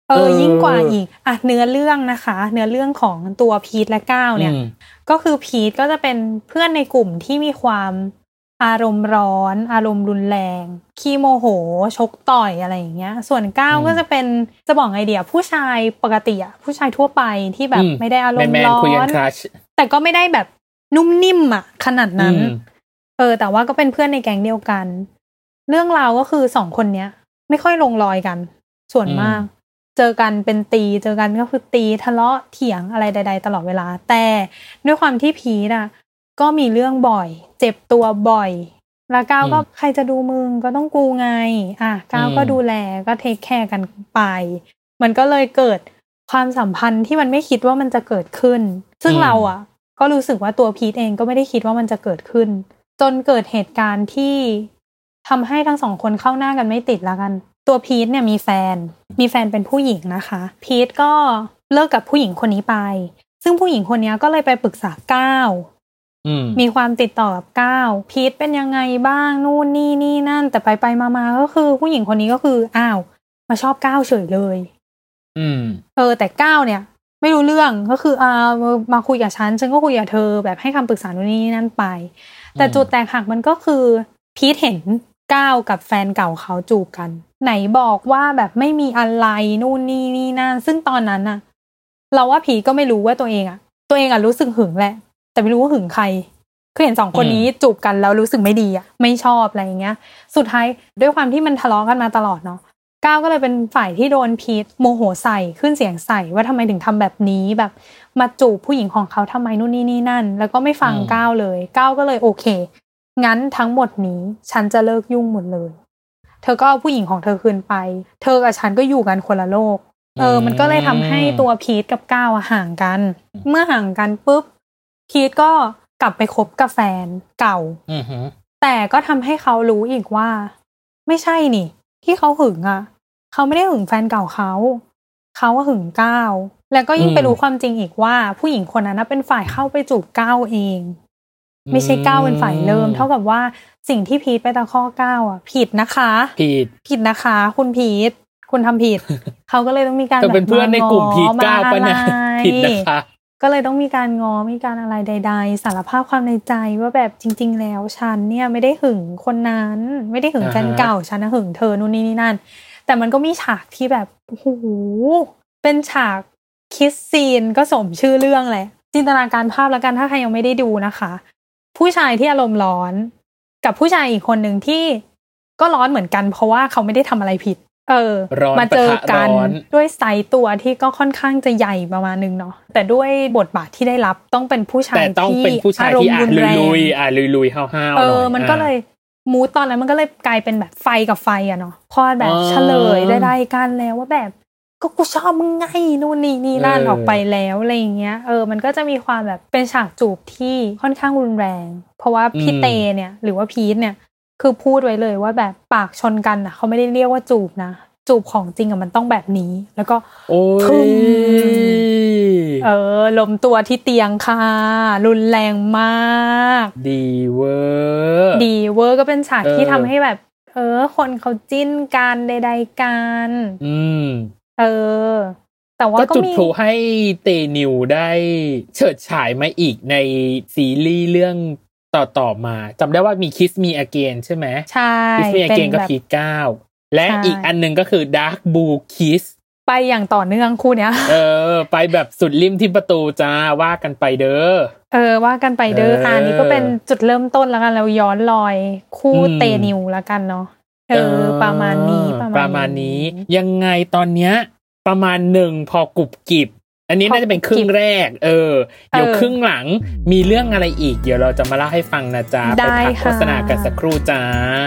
F: เออยิ่งกว่าอีกอ่ะเนื้อเรื่องนะคะเนื้อเรื่องของตัวพีทและก้าวเนี่ยก็คือพีทก็จะเป็นเพื่อนในกลุ่มที่มีความอารมณ์ร้อนอารมณ์รุนแรงขี้โมโหชกต่อยอะไรอย่างเงี้ยส่วนก้าวก็จะเป็นจะบอกไงเดียผู้ชายปกติอ่ะผู้ชายทั่วไปที่แบบไม่ได้อารมณ์ร้อนแต่ก็ไม่ได้แบบนุ่มนิ่มอ่ะขนาดนั้นเออแต่ว่าก็เป็นเพื่อนในแก๊งเดียวกันเรื่องราวก็คือสองคนเนี้ยไม่ค่อยลงรอยกันส่วนมากเจอกันเป็นตีเจอกันก็คือตีทะเลาะเถียงอะไรใดๆตลอดเวลาแต่ด้วยความที่พีทอ่ะก็มีเรื่องบ่อยเจ็บตัวบ่อยแล้วก้าวก็ใครจะดูมึงก็ต้องกูไงอ่ะก้าวก็ดูแลก็เทคแคร์กันไปมันก็เลยเกิดความสัมพันธ์ที่มันไม่คิดว่ามันจะเกิดขึ้นซึ่งเราอ่ะก็รู้สึกว่าตัวพีทเองก็ไม่ได้คิดว่ามันจะเกิดขึ้นจนเกิดเหตุการณ์ที่ทำให้ทั้งสองคนเข้าหน้ากันไม่ติดแล้วกันตัวพีทเนี่ยมีแฟนมีแฟนเป็นผู้หญิงนะคะพีทก็เลิกกับผู้หญิงคนนี้ไปซึ่งผู้หญิงคนนี้ก็เลยไปปรึกษาก้าวมีความติดต่อกับก้าวพีทเป็นยังไงบ้างนู่นนี่นี่นั่นแต่ไปไปมาๆก็คือผู้หญิงคนนี้ก็คืออ้าวมาชอบก้าวเฉยเลยอืมเออแต่ก้าวเนี่ยไม่รู้เรื่องก็คืออ่ามาคุยกับฉันฉันก็คุยกับเธอแบบให้คำปรึกษานู่นนี่นั่นไปแต่จุดแตกหักมันก็คือพีทเห็นก้าวกับแฟนเก่าเขาจูบกันไหนบอกว่าแบบไม่มีอะไรนู่นนี่นี่นั่นซึ่งตอนนั้นน่ะเราว่าพีทก็ไม่รู้ว่าตัวเองอ่ะตัวเองอ่ะรู้สึกหึงแหละแต่ไม่รู้ว่าหึงใครคือเห็นสองคนนี้จูบกันแล้วรู้สึกไม่ดีอ่ะไม่ชอบอะไรอย่างเงี้ยสุดท้ายด้วยความที่มันทะเลาะกันมาตลอดเนาะก้าวก็เลยเป็นฝ่ายที่โดนพีทโมโหใส่ขึ้นเสียงใส่ว่าทำไมถึงทำแบบนี้แบบมาจูบผู้หญิงของเขาทำไมนู่นนี่นี่นั่นแล้วก็ไม่ฟังก้าวเลยก้าวก็เลยโอเคงั้นทั้งหมดนี้ฉันจะเลิกยุ่งหมดเลยเธอก็เอาผู้หญิงของเธอคืนไปเธอกับฉันก็อยู่กันคนละโลกเออมันก็เลยทำให้ตัวพีทกับก้าวห่างกันเมื่อห่างกันปุ๊บพีทก็กลับไปคบกับแฟนเก่าแต่ก็ทำให้เขารู้อีกว่าไม่ใช่นี่ที่เขาหึงอ่ะเขาไม่ได้หึงแฟนเก่าเขาเขาว่าหึงก้าวแล้วก็ยิ่งไปรู้ความจริงอีกว่าผู้หญิงคนนั้นเป็นฝ่ายเข้าไปจูบก้าวเองไม่ใช่ก้าวเป็นฝ่ายเริ่มเท่ากับว่าสิ่งที่พีทไปตะข้อก้าวอ่ะผิดนะคะผิดผิดนะคะคุณพีทคุณทำผิด เขาก็เลยต้องมีการแบบเป็นเพื่อนในกลุ่มพีทก้าวปะนะผิดนะคะก็เลยต้องมีการง้อมีการอะไรใดๆสารภาพความในใจว่าแบบจริงๆแล้วฉันเนี่ยไม่ได้หึงคนนั้นไม่ได้หึงแฟนเก่าฉันนะหึงเธอนู่นนี่นี่นั่นแต่มันก็มีฉากที่แบบโอ้โหเป็นฉากคิสซีนก็สมชื่อเรื่องแหละจินตนาการภาพแล้วกันถ้าใครยังไม่ได้ดูนะคะผู้ชายที่อารมณ์ร้อนกับผู้ชายอีกคนหนึ่งที่ก็ร้อนเหมือนกันเพราะว่าเขาไม่ได้ทำอะไรผิดเออมาเจอกันด้วยไซส์ตัวที่ก็ค่อนข้างจะใหญ่ประมาณนึงเนาะแต่ด้วยบทบาทที่ได้รับต้องเป็นผู้ชายที่อารมณ์รุนแรงลุยๆอ่ะลุยๆห้าวๆหน่อยเออมันก็เลยมูดตอนนั้นมันก็เลยกลายเป็นแบบไฟกับไฟอ่ะเนาะพอแบบเฉลยได้ๆกันแล้วว่าแบบก็กูชอบมึงไงนู่นนี่นี่นั่นออกไปแล้วอะไรอย่างเงี้ยเออมันก็จะมีความแบบเป็นฉากจูบที่ค่อนข้างรุนแรงเพราะว่าพี่เตเนี่ยหรือว่าพีทเนี่ยคือพูดไว้เลยว่าแบบปากชนกันน่ะเขาไม่ได้เรียกว่าจูบนะจูบของจริงอ่ะมันต้องแบบนี้แล้วก็ทึ่งเออล้มตัวที่เตียงค่ะรุนแรงมากดีเวอร์ดีเวอร์ก็เป็นฉากที่ทำให้แบบเออคนเขาจิ้นกันใดๆกันอืมเออแต่ว่าก็จุดพลุให้เตนิวได้เฉิดฉายมาอีกในซีรีส์เรื่องต่อๆมาจำได้ว่ามี Kiss Me Again ใช่ไหมใช่ Kiss Me Again ก็พีทเก้าและอีกอันนึงก็คือ Dark Blue Kiss ไปอย่างต่อเนื่องคู่เนี้ยเออไปแบบสุดริมที่ประตูจ้าว่ากันไปเด้อเออว่ากันไปเด้ออันนี้ก็เป็นจุดเริ่มต้นแล้วกันแล้วย้อนรอยคู่เตนิวแล้วกันเนาะเออประมาณนี้ประมาณนี้ยังไงตอนเนี้ยประมาณหนึ่งพอกุบกิบอันนี้น่าจะเป็นครึ่งแรกเออเดี๋ยวครึ่งหลังมีเรื่องอะไรอีกเดี๋ยวเราจะมาเล่าให้ฟังนะจ๊ะไปพักโฆษณากันสักครู่จ้า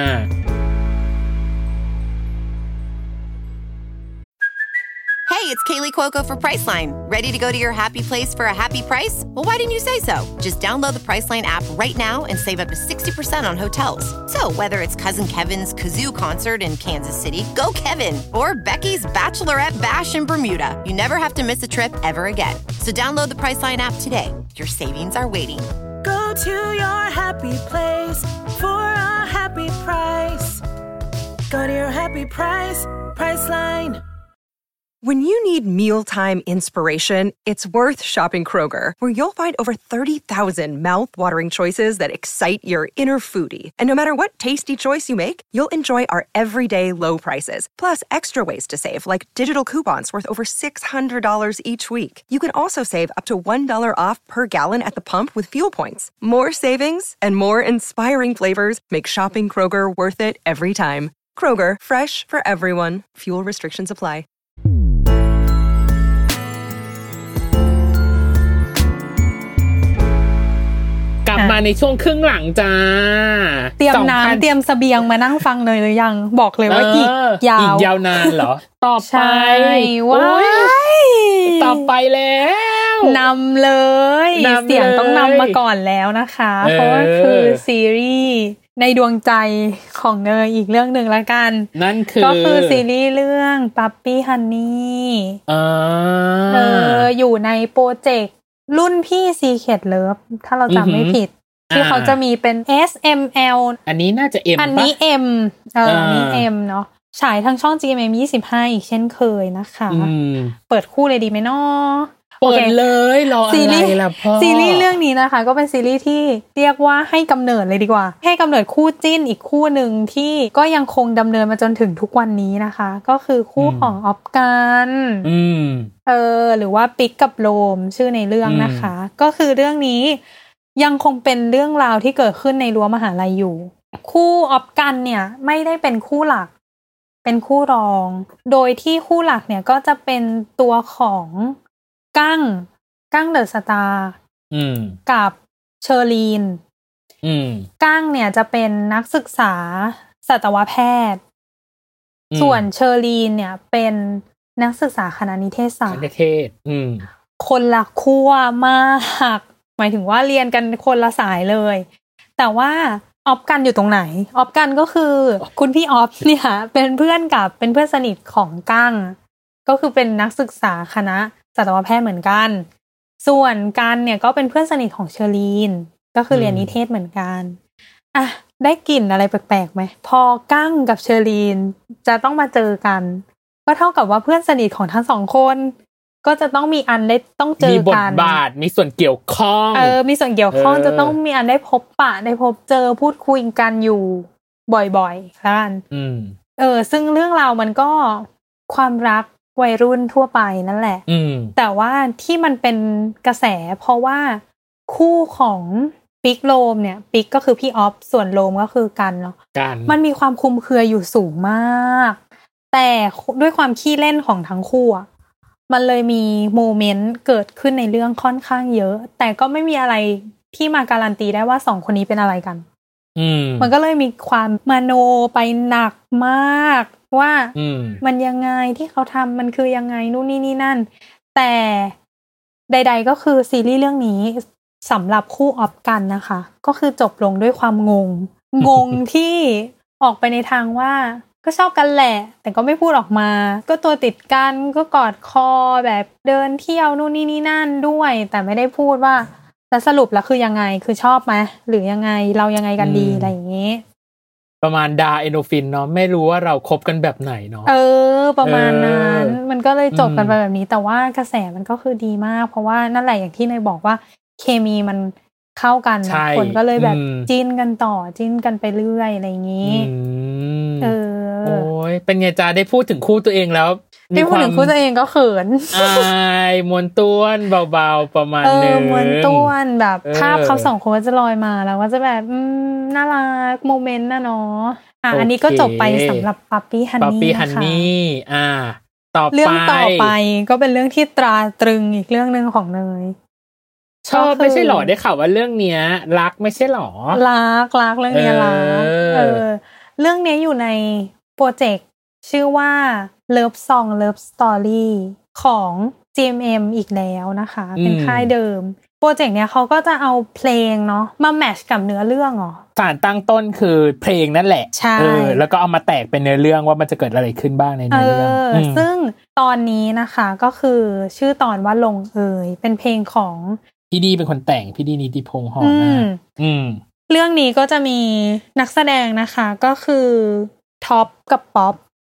B: Hey, it's Kaylee Cuoco for Priceline. Ready to go to your happy place for a happy price? Well, why didn't you say so? Just download the Priceline app right now and save up to sixty percent on hotels. So whether it's Cousin Kevin's Kazoo Concert in Kansas City, go Kevin, or Becky's Bachelorette Bash in Bermuda, you never have to miss a trip ever again. So download the Priceline app today. Your savings are waiting.
G: Go to your happy place for a happy price. Go to your happy price, Priceline.
H: When you need mealtime inspiration, it's worth shopping Kroger, where you'll find over thirty thousand mouth-watering choices that excite your inner foodie. And no matter what tasty choice you make, you'll enjoy our everyday low prices, plus extra ways to save, like digital coupons worth over six hundred dollars each week. You can also save up to one dollar off per gallon at the pump with fuel points. More savings and more inspiring flavors make shopping Kroger worth it every time. Kroger, fresh for everyone. Fuel restrictions apply.
E: กลับมาในช่วงครึ่งหลังจ้า
F: เตรียมน้ำเตรียมเสบียงมานั่งฟังเลยหรือยังบอกเลยว่าอีกยาว
E: อีกยาวนานเหรอต่อไป
F: ว้าย
E: ต่อไปแล้ว
F: นำเลยเสียงต้องนำมาก่อนแล้วนะคะเพราะว่าคือซีรีส์ในดวงใจของเนยอีกเรื่องหนึ่งละกัน
E: นั่นคือ
F: ก็คือซีรีส์เรื่อง Puppy Honey
E: อ่า
F: เอออยู่ในโปรเจกต์รุ่นพี่ Secret Love ถ้าเราจำไม่ผิดที่เขาจะมีเป็น เอส เอ็ม แอล
E: อันนี้น่าจะ M
F: อันนี้ M เอออันนี้ M เนาะฉายทางช่อง จี เอ็ม เอ็ม ยี่สิบห้าอีกเช่นเคยนะคะเปิดคู่เลยดีไหมเนาะ
E: เปิดเลยรออะไรล่ะพ่อ
F: ซีรีส์เรื่องนี้นะคะก็เป็นซีรีส์ที่เรียกว่าให้กำเนิดเลยดีกว่าให้กำเนิดคู่จิ้นอีกคู่หนึ่งที่ก็ยังคงดำเนินมาจนถึงทุกวันนี้นะคะก็คือคู่ของออฟกันเออหรือว่าปิ๊กกับโรมชื่อในเรื่องนะคะก็คือเรื่องนี้ยังคงเป็นเรื่องราวที่เกิดขึ้นในรั้วมหาลัยอยู่คู่ออฟกันเนี่ยไม่ได้เป็นคู่หลักเป็นคู่รองโดยที่คู่หลักเนี่ยก็จะเป็นตัวของกั้งกั้งเดอะสตาร์กับเชอรีนกั้งเนี่ยจะเป็นนักศึกษาสัตวแพทย์ส่วนเชอรีนเนี่ยเป็นนักศึกษาคณะนิเทศศาสตร์
E: นิเทศ
F: คนละขั้วมากหมายถึงว่าเรียนกันคนละสายเลยแต่ว่าออฟกันอยู่ตรงไหนออฟกันก็คือคุณพี่ออฟเนี่ยเป็นเพื่อนกับเป็นเพื่อนสนิทของกั้งก็คือเป็นนักศึกษาคณะสัตวแพทย์เหมือนกันส่วนกันเนี่ยก็เป็นเพื่อนสนิทของเชอรีนก็คือเรียนนิเทศเหมือนกันอ่ะได้กลิ่นอะไรแปลกๆไหมพอกั้งกับเชอรีนจะต้องมาเจอกันก็เท่ากับว่าเพื่อนสนิทของทั้งสองคนก็จะต้องมีอันได้ต้องเจอกัน
E: มีบทบาทมีส่วนเกี่ยวข้อง
F: เออมีส่วนเกี่ยวข้องจะต้องมีอันได้พบปะได้พบเจอพูดคุยกันอยู่บ่อยๆแล้วกันเออซึ่งเรื่องราวมันก็ความรักวัยรุ่นทั่วไปนั่นแหละแต่ว่าที่มันเป็นกระแสเพราะว่าคู่ของปิ๊กโรมเนี่ยปิ๊กก็คือพี่ออฟส่วนโรมก็คือกันเนาะมันมีความคลุมเครืออยู่สูงมากแต่ด้วยความขี้เล่นของทั้งคู่อ่ะมันเลยมีโมเมนต์เกิดขึ้นในเรื่องค่อนข้างเยอะแต่ก็ไม่มีอะไรที่มาการันตีได้ว่าสองคนนี้เป็นอะไรกันมันก็เลยมีความมโนไปหนักมากว่ามันยังไงที่เขาทำมันคือยังไงนู่นนี่นี่นั่นแต่ใดๆก็คือซีรีส์เรื่องนี้สำหรับคู่ออฟกันนะคะก็คือจบลงด้วยความงง งงที่ออกไปในทางว่าก็ชอบกันแหละแต่ก็ไม่พูดออกมาก็ตัวติดกันก็กอดคอแบบเดินเที่ยวนู่นนี่นี่นั่นด้วยแต่ไม่ได้พูดว่าแล้วสรุปแล้วคือยังไงคือชอบไหมหรือยังไงเรายังไงกันดีอะไรอย่างนี้
E: ประมาณดาเอโนฟินเนาะไม่รู้ว่าเราคบกันแบบไหนเนาะ
F: เออประมาณนั้นมันก็เลยจบกันไปแบบนี้แต่ว่ากระแสมันก็คือดีมากเพราะว่านั่นแหละอย่างที่เนยบอกว่าเคมีมันเข้ากันคนก็เลยแบบจิ้นกันต่อจิ้นกันไปเรื่อยอะไรอย่างนี้เออ
E: โอ้ยเป็นไงจ้าได้พูดถึงคู่ตัวเองแล้ว
F: ได้พูดถึงคู่ตัวเองก็เขิน
E: อายมวนต้วนเบาๆประมาณนึง
F: เออมวนต้วนแบบภาพเขาสองคนก็จะลอยมาแล้วก็จะแบบอืมน่ารักโมเมนต์นะเนาะอ่ะอันนี้ก็จบไปสำหรับ Puppy Honey นะคะ
E: Puppy Honey อ่าต่อไป
F: เรื่องต่อไปก็เป็นเรื่องที่ตราตรึงอีกเรื่องนึงของเนย
E: ชอบไม่ใช่หรอได้ข่าวว่าเรื่องเนี้ยรักไม่ใช่หรอ
F: รักรักเรื่องเนี้ยรักเออเรื่องนี้อยู่ในโปรเจกต์ชื่อว่า Love Song Love Story ของ จี เอ็ม เอ็ม อีกแล้วนะคะเป็นค่ายเดิมโปรเจกต์เนี้ยเขาก็จะเอาเพลงเนาะมาแมทช์กับเนื้อเรื่องอ๋อ
E: สารตั้งต้นคือเพลงนั่นแหละเออแล้วก็เอามาแตกเป็นเนื้อเรื่องว่ามันจะเกิดอะไรขึ้นบ้างในเนื้อเรื่อง
F: เออซึ่งตอนนี้นะคะก็คือชื่อตอนว่าลงเอยเป็นเพลงของ
E: พี่ดีเป็นคนแต่งพี่ดีนิติพงษ์หอนะอืม
F: เรื่องนี้ก็จะมีนักแสดงนะคะก็คือท็อปกับป๊อป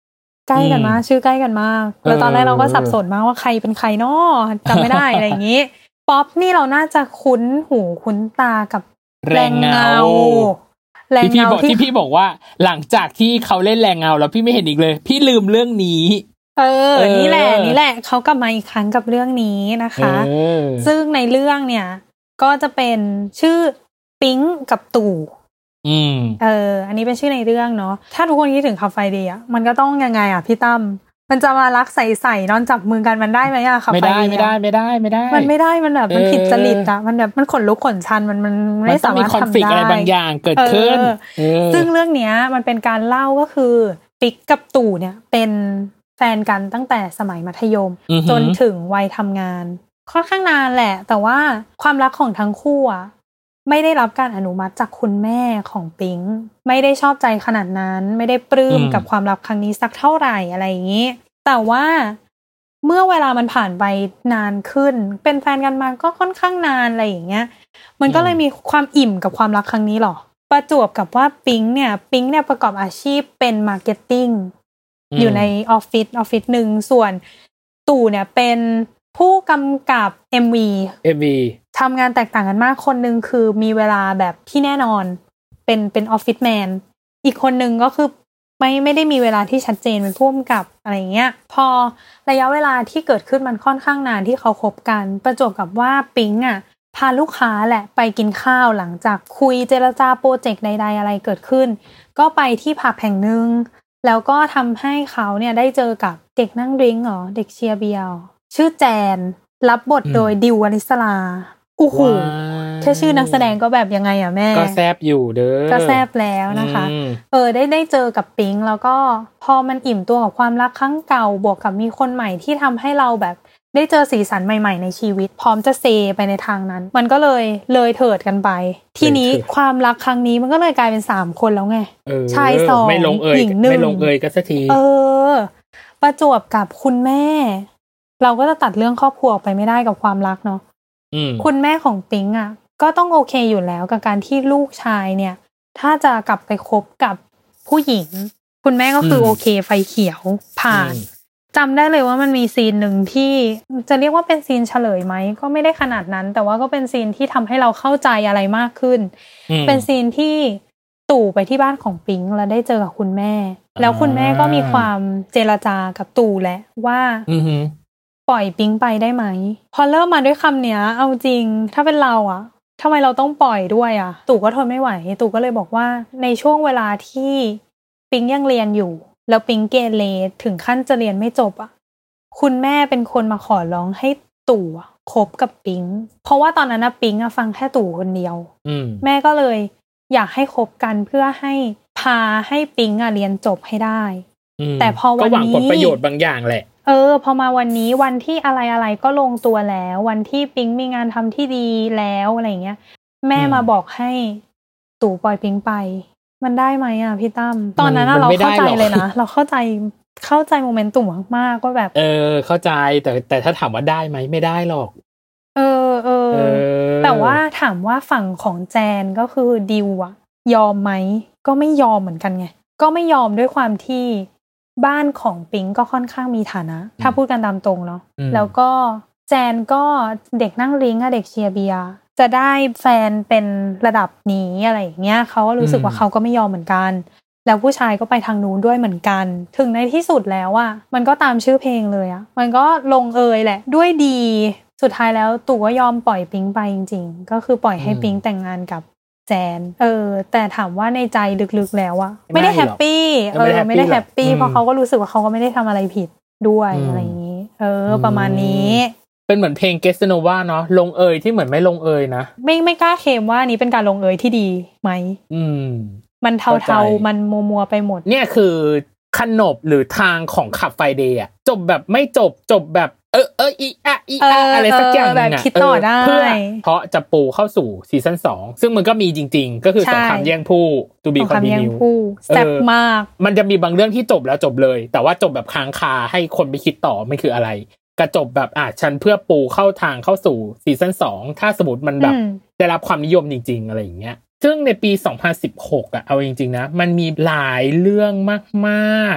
F: ใกล้กันมากชื่อใกล้กันมากแล้วตอนแรกเราก็สับสนมากว่าใครเป็นใครเนาะจำไม่ได้ อะไรอย่างงี้ป๊อปนี่เราน่าจะคุ้นหูคุ้นตากับแรงเงาแรงเงาที่
E: พี่บอกว่าหลังจากที่เขาเล่นแรงเงาแล้วพี่ไม่เห็นอีกเลยพี่ลืมเรื่องนี้
F: เออนี่แหละนี่แหละเขากลับมาอีกครั้งกับเรื่องนี้นะคะซึ่งในเรื่องเนี่ยก็จะเป็นชื่อปิ๊งกับตู่
E: อืม
F: เอออันนี้เป็นชื่อในเรื่องเนาะถ้าทุกคนคิดถึงคาเฟ่เดย์อ่ะมันก็ต้องยังไงอ่ะพี่ตั้มมันจะมารักใส่ๆนอนจับมือกันมันได้ไหมอ่ะคาเฟ่เดย์
E: ไม่ได้ไม่ได้ไม่ได้
F: มันไม่ได้มันแบบมันผิดจริตอ่ะมันแบบมันขนลุกขนชันมันมันไม่สามารถทำได้
E: อะไรบางอย่างเกิดขึ้น
F: ซึ่งเรื่องเนี้ยมันเป็นการเล่าก็คือปิ๊กกับตู่เนี่ยเป็นแฟนกันตั้งแต่สมัยมัธยมจนถึงวัยทำงานค่อนข้างนานแหละแต่ว่าความรักของทั้งคู่อ่ะไม่ได้รับการอนุมัติจากคุณแม่ของปิ๊งไม่ได้ชอบใจขนาดนั้นไม่ได้ปลื้มกับความรักครั้งนี้สักเท่าไหร่อะไรอย่างนี้แต่ว่าเมื่อเวลามันผ่านไปนานขึ้นเป็นแฟนกันมาก็ค่อนข้างนานอะไรอย่างเงี้ยมันก็เลยมีความอิ่มกับความรักครั้งนี้หรอประจวบกับว่าปิ๊งเนี่ยปิ๊งเนี่ยประกอบอาชีพเป็นมาร์เก็ตติ้งอยู่ในออฟฟิศออฟฟิศนึงส่วนตู่เนี่ยเป็นผู้กำกับ เอ็ม วี
E: เอ็ม วี
F: ทำงานแตกต่างกันมากคนนึงคือมีเวลาแบบที่แน่นอนเป็นเป็นออฟฟิศแมนอีกคนนึงก็คือไม่ไม่ได้มีเวลาที่ชัดเจนเป็นผู้กำกับอะไรเงี้ยพอระยะเวลาที่เกิดขึ้นมันค่อนข้างนานที่เขาคบกันประจวบกับว่าปิ๊งอ่ะพาลูกค้าแหละไปกินข้าวหลังจากคุยเจรจาโปรเจกต์ใดๆอะไรเกิดขึ้นก็ไปที่ผับแห่งนึงแล้วก็ทำให้เขาเนี่ยได้เจอกับเด็กนั่งดริงก์หรอเด็กเชียร์เบียร์ชื่อแจนรับบทโดยดิววลิศราโอ้โหแค่ชื่อนักแสดงก็แบบยังไงอ่ะแม่
E: ก็แซบอยู่เด้อ
F: ก็แซบแล้วนะคะเออได้ได้เจอกับปิ๊งแล้วก็พอมันอิ่มตัวกับความรักครั้งเก่าบวกกับมีคนใหม่ที่ทำให้เราแบบได้เจอสีสันใหม่ๆในชีวิตพร้อมจะเซไปในทางนั้นมันก็เลยเลยเถิดกันไปทีนี้ความรักครั้งนี้มันก็เลยกลายเป็นสามคนแล้วไงชายสองหญิงหนึ่ง
E: ไม่ลงเอยกันสักที
F: เออประจวบกับคุณแม่เราก็จะตัดเรื่องครอบครัวออกไปไม่ได้กับความรักเนาะคุณแม่ของปิ๊งอ่ะก็ต้องโอเคอยู่แล้วกับการที่ลูกชายเนี่ยถ้าจะกลับไปคบกับผู้หญิงคุณแม่ก็คือโอเคไฟเขียวผ่านจำได้เลยว่ามันมีซีนหนึ่งที่จะเรียกว่าเป็นซีนเฉลยไหมก็ไม่ได้ขนาดนั้นแต่ว่าก็เป็นซีนที่ทำให้เราเข้าใจอะไรมากขึ้นเป็นซีนที่ตู่ไปที่บ้านของปิ๊งแล้วได้เจอกับคุณแม่แล้วคุณแม่ก็มีความเจรจากับตู่แหละว่าปล่อยปิ๊งไปได้ไหมพอเริ่มมาด้วยคำเนี้ยเอาจริงถ้าเป็นเราอะทำไมเราต้องปล่อยด้วยอะตู่ก็ทนไม่ไหวตู่ก็เลยบอกว่าในช่วงเวลาที่ปิ๊งยังเรียนอยู่แล้วปิ๊งเกเรถึงขั้นจะเรียนไม่จบอะคุณแม่เป็นคนมาขอร้องให้ตู่คบกับปิ๊งเพราะว่าตอนนั้นนะปิ๊งอะฟังแค่ตู่คนเดียวแม่ก็เลยอยากให้คบกันเพื่อให้พาให้ปิ๊งอะเรียนจบให้ได้แต่พอวันนี้
E: ก็หวังผลประโยชน์บางอย่างแหละ
F: เออพอมาวันนี้วันที่อะไรอะไรก็ลงตัวแล้ววันที่ปิ๊งมีงานทำที่ดีแล้วอะไรเงี้ยแม่มาบอกให้ตู่ปล่อยปิ๊งไปมันได้ไหมอ่ะพี่ตั้มตอนนั้นเราเข้าใจเลยนะเราเข้าใจเข้าใจโมเมนตุ่มมากๆว่าแบบ
E: เออเข้าใจแต่แต่ถ้าถามว่าได้ไหมไม่ได้หรอก
F: เออเออแต่ว่าถามว่าฝั่งของแจนก็คือดิวอะยอมไหมก็ไม่ยอมเหมือนกันไงก็ไม่ยอมด้วยความที่บ้านของปิ๊งก็ค่อนข้างมีฐานะถ้าพูดกันตามตรงเนาะแล้วก็แจนก็เด็กนั่งริ้งอะเด็กเชียร์เบียร์จะได้แฟนเป็นระดับนี้อะไรอย่างเงี้ยเขาก็รู้สึกว่าเขาก็ไม่ยอมเหมือนกันแล้วผู้ชายก็ไปทางนู้นด้วยเหมือนกันถึงในที่สุดแล้วอะมันก็ตามชื่อเพลงเลยอะมันก็ลงเอยแหละด้วยดีสุดท้ายแล้วตู่ก็ยอมปล่อยปิ๊งไปจริงๆก็คือปล่อยให้ปิ๊งแต่งงานกับแจนเออแต่ถามว่าในใจลึกๆแล้วอะไม่ได้แฮปปี้เออไม่ได้แฮปปี้เพราะเขาก็รู้สึกว่าเขาก็ไม่ได้ทำอะไรผิดด้วยอะไรอย่างนี้เออประมาณนี้
E: เป็นเหมือนเพลงเกสโนวาเนาะลงเอยที่เหมือนไม่ลงเอยนะ
F: ไม่ไม่กล้าเคลมว่านี้เป็นการลงเอยที่ดีไหม
E: อืม
F: มันเทาๆมันมัวๆไปหมด
E: เนี่ยคือขนบหรือทางของขับไฟเดย์อะจบแบบไม่จบจบแบบเออเอออีอะอีอะอะไรสักอย่างนึงอะเพื่อเพราะจะปูเข้าสู่ซีซั่นสองซึ่งมันก็มีจริงๆก็คือสงครามแย่งผู้ To Be Continued
F: แซ่บมาก
E: มันจะมีบางเรื่องที่จบแล้วจบเลยแต่ว่าจบแบบค้างคาให้คนไปคิดต่อไม่คืออะไรกระจบแบบอ่ะฉันเพื่อปูเข้าทางเข้าสู่ซีซั่นสองถ้าสมมติมันแบบได้รับความนิยมจริงๆอะไรอย่างเงี้ยซึ่งในปีสองพันสิบหกอ่ะเอาจริงๆนะมันมีหลายเรื่องมากๆจ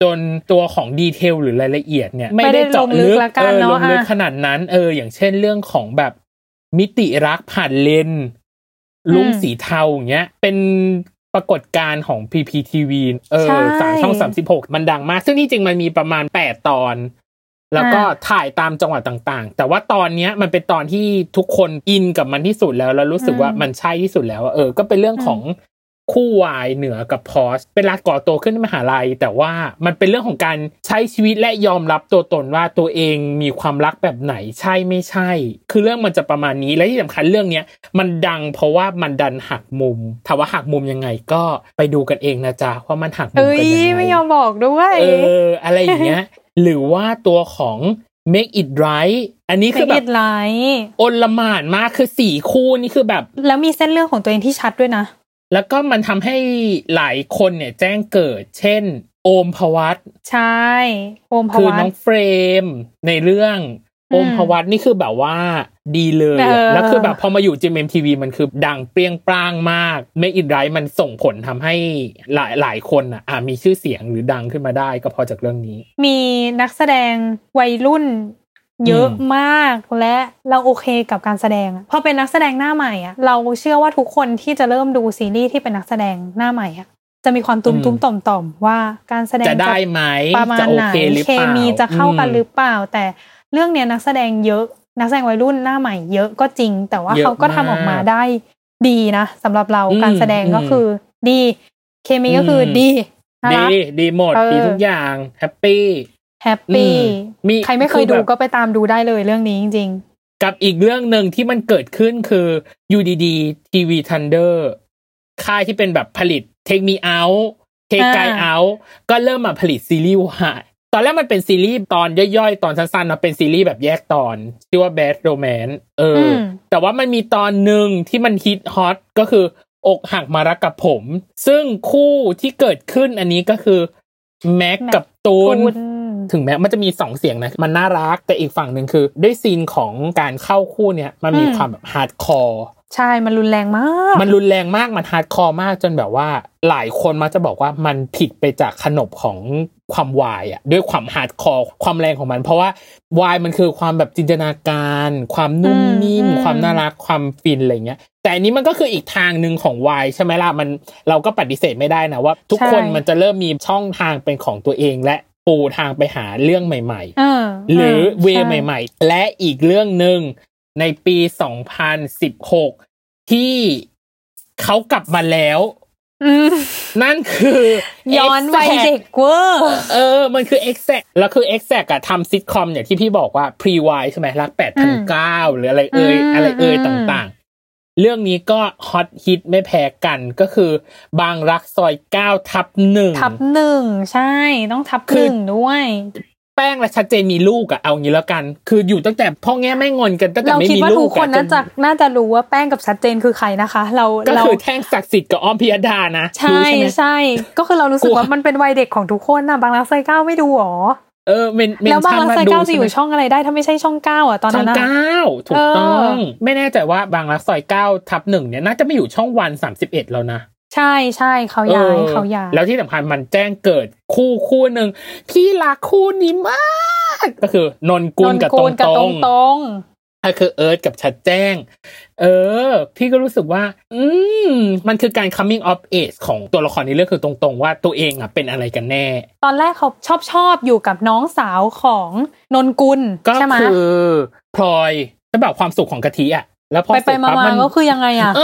E: จนตัวของดีเทลหรือรายละเอียดเนี่ย
F: ไม่ได้เจาะลึกเออ
E: ลงลึกขนาดนั้นเอออย่างเช่นเรื่องของแบบมิติรักผ่านเลนลุ้งสีเทาอย่างเงี้ยเป็นปรากฏการณ์ของ พี พี ที วี เออสามช่องสามสิบหกมันดังมากซึ่งที่จริงมันมีประมาณแปดตอนแล้วก็ถ่ายตามจังหวัดต่างๆแต่ว่าตอนเนี้ยมันเป็นตอนที่ทุกคนอินกับมันที่สุดแล้วแล้วรู้สึกว่ามันใช่ที่สุดแล้วเออก็เป็นเรื่องของคู่วายเหนือกับพอสเป็นรักก่อตัวขึ้นในมหาลัยแต่ว่ามันเป็นเรื่องของการใช้ชีวิตและยอมรับตัวตนว่าตัวเองมีความรักแบบไหนใช่ไม่ใช่คือเรื่องมันจะประมาณนี้และที่สำคัญเรื่องเนี้ยมันดังเพราะว่ามันดันหักมุมถามว่าหักมุมยังไงก็ไปดูกันเองนะจ๊ะว่ามันหักมุมกันยังไง
F: ไม่ยอมบอกด้วย
E: เอออะไรอย่างเงี้ยหรือว่าตัวของ Make It Right อันนี้คือแบบโอลหม่านมากคือสี่คู่นี่คือแบบ
F: แล้วมีเส้นเรื่องของตัวเองที่ชัดด้วยนะ
E: แล้วก็มันทำให้หลายคนเนี่ยแจ้งเกิดเช่นโอมภวัต
F: ใช่โอมภวัต
E: คือน้องเฟรมในเรื่องโอมภวัตนี่คือแบบว่าดีเลยแล้วคือแบบพอมาอยู่ จี เอ็ม เอ็ม ที วี มันคือดังเปรี้ยงปร้างมาก Make It Right มันส่งผลทำให้หลายหลายคนอ่ะอ่ะมีชื่อเสียงหรือดังขึ้นมาได้ก็เพราะจากเรื่องนี้
F: มีนักแสดงวัยรุ่นเยอะมากและเราโอเคกับการแสดงพอเป็นนักแสดงหน้าใหม่อ่ะเราเชื่อว่าทุกคนที่จะเริ่มดูซีรีส์ที่เป็นนักแสดงหน้าใหม่อ่ะจะมีความตุ้มๆต่อมๆว่าการแสดง
E: จะได้ไหม
F: ประมาณไหนเคมีจะเข้ากันหรือเปล่าแต่เรื่องเนี้ยนักแสดงเยอะนักแสดงวัยรุ่นหน้าใหม่เยอะก็จริงแต่ว่าเขาก็ทำออกมาได้ดีนะสำหรับเราการแสดงก็คือดีเคมีก็คือดี
E: ดีดีหมดดีทุกอย่างแฮปปี้
F: แฮปปี้ใครไม่เคยดูก็ไปตามดูได้เลยเรื่องนี้จริง
E: ๆกับอีกเรื่องนึงที่มันเกิดขึ้นคือ ยู ดี ดี ที วี Thunder ค่ายที่เป็นแบบผลิต Take Me Out Take Guy Out ก็เริ่มมาผลิตซีรีส์วายตอนแรกมันเป็นซีรีส์ตอนย่อยๆตอนสั้นๆนะเป็นซีรีส์แบบแยกตอนชื่อว่า Bad Romance เออแต่ว่ามันมีตอนนึงที่มันฮิตฮอตก็คืออกหักมารักกับผมซึ่งคู่ที่เกิดขึ้นอันนี้ก็คือแม็กกับตูนถึงแม้มันจะมีสองเสียงนะมันน่ารักแต่อีกฝั่งนึงคือด้วยซีนของการเข้าคู่เนี่ยมันมีความแบบฮาร์ดคอร์
F: ใช่มันรุนแรงมาก
E: มันรุนแรงมากมันฮาร์ดคอร์มากจนแบบว่าหลายคนมักจะบอกว่ามันผิดไปจากขนบของความวายอ่ะด้วยความฮาร์ดคอร์ความแรงของมันเพราะว่าวายมันคือความแบบจินตนาการความนุ่มนิ่มความน่ารักความฟินอะไรเงี้ยแต่อันนี้มันก็คืออีกทางนึงของวายใช่ไหมล่ะมันเราก็ปฏิเสธไม่ได้นะว่าทุกคนมันจะเริ่มมีช่องทางเป็นของตัวเองและปูทางไปหาเรื่องใหม่ๆหรือเวใหม่ๆและอีกเรื่องนึงในปีสองพันสิบหกที่เขากลับมาแล้วนั่นคือ
F: ย้อนวัยเด็กเวอร์
E: เออมันคือ Exact แล้วคือ Exact อ่ะทำซิทคอมอย่างที่พี่บอกว่า Pre-Y ใช่ไหมรัก แปดพันเก้าร้อย หรืออะไรเอ่ยอะไรเอ่ยต่างๆเรื่องนี้ก็ฮอตฮิตไม่แพ้กันก็คือบางรักซอยเก้าทับหนึ่ง
F: ทับหนึ่งใช่ต้องทับหนึ่งด้วย
E: แป้งและชัดเจนมีลูกอะเอางี้แล้วกันคืออยู่ตั้งแต่พ่อแง่ไม่งอนกันตั้งแต่ไม่มีลูกเราคิดว่า
F: ทุกคนน่าจะน่าจะรู้ว่าแป้งกับชัดเจนคือใครนะคะเรา
E: ก็คือแท่งศักดิ์สิทธิ์กับอ้อมพิยดานะ
F: ใช่ใช่ก็คือเรารู้สึกว่ามันเป็นวัยเด็กของทุกคนน่ะบางรักซอยเก้าไม่ดูหรอ
E: เออเมนเมน
F: แล้วบางรักซอยเก้าจะอยู่ช่องอะไรได้ถ้าไม่ใช่ช่องเก้าอ่ะตอนนั้น
E: ช่องเก้าถูกต้องไม่แน่ใจว่าบางรักซอยเก้าทับหนึ่งเนี่ยน่าจะไม่อยู่ช่องวันสามสิบเอ็ดแล้วนะ
F: ใช่ใช่เขาย้ายเขาย้าย
E: แล้วที่สำคัญมันแจ้งเกิดคู่คู่หนึ่งพี่รักคู่นี้มากก็คือนนกุลกับตรงตรงก็คือเอิร์ธกับชัดแจ้งเออพี่ก็รู้สึกว่าอืมมันคือการ coming of age ของตัวละครในเรื่องคือตรงๆว่าตัวเองอ่ะเป็นอะไรกันแน่
F: ตอนแรกเขาชอบชอบอยู่กับน้องสาวของนนกุล
E: ใช่ไหมก็คือพลอยเป็นแบบความสุขของกะทิอ่ะแล้วพอ
F: ไปไปมาๆก็คือยังไงอ่ะ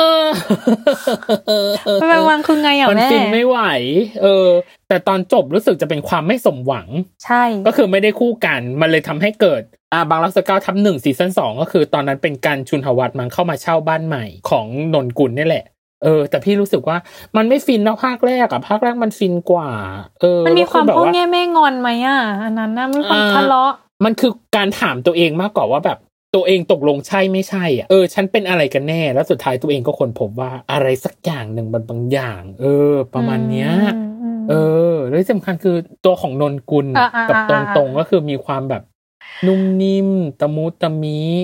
F: ไปไปมาๆคือไงอ่ะแม่
E: มันฟินไม่ไหวเออแต่ตอนจบรู้สึกจะเป็นความไม่สมหวัง
F: ใช่
E: ก็คือไม่ได้คู่กันมันเลยทำให้เกิดอ่าบางรักซอยเก้าทับหนึ่งซีซั่นสองก็คือตอนนั้นเป็นการชุนหวัฒน์มันเข้ามาเช่าบ้านใหม่ของนนกุลนี่แหละเออแต่พี่รู้สึกว่ามันไม่ฟินนะภาคแรกอ่ะภาคแรกมันฟินกว่าเออ
F: มันมีความพ่อแง่แม่งอนไหมอ่ะอันนั้นน่ะมันความทะเลาะ
E: มันคือการถามตัวเองมากกว่าว่าแบบตัวเองตกลงใช่ไม่ใช่อ่ะเออฉันเป็นอะไรกันแน่แล้วสุดท้ายตัวเองก็ค้นพบว่าอะไรสักอย่างหนึ่งบางบางอย่างเออประมาณเนี้ยเออและที่สำคัญคือตัวของนนกุลกับตรงๆก็คือมีความแบบนุ่มนิ่มตะมุตะมิ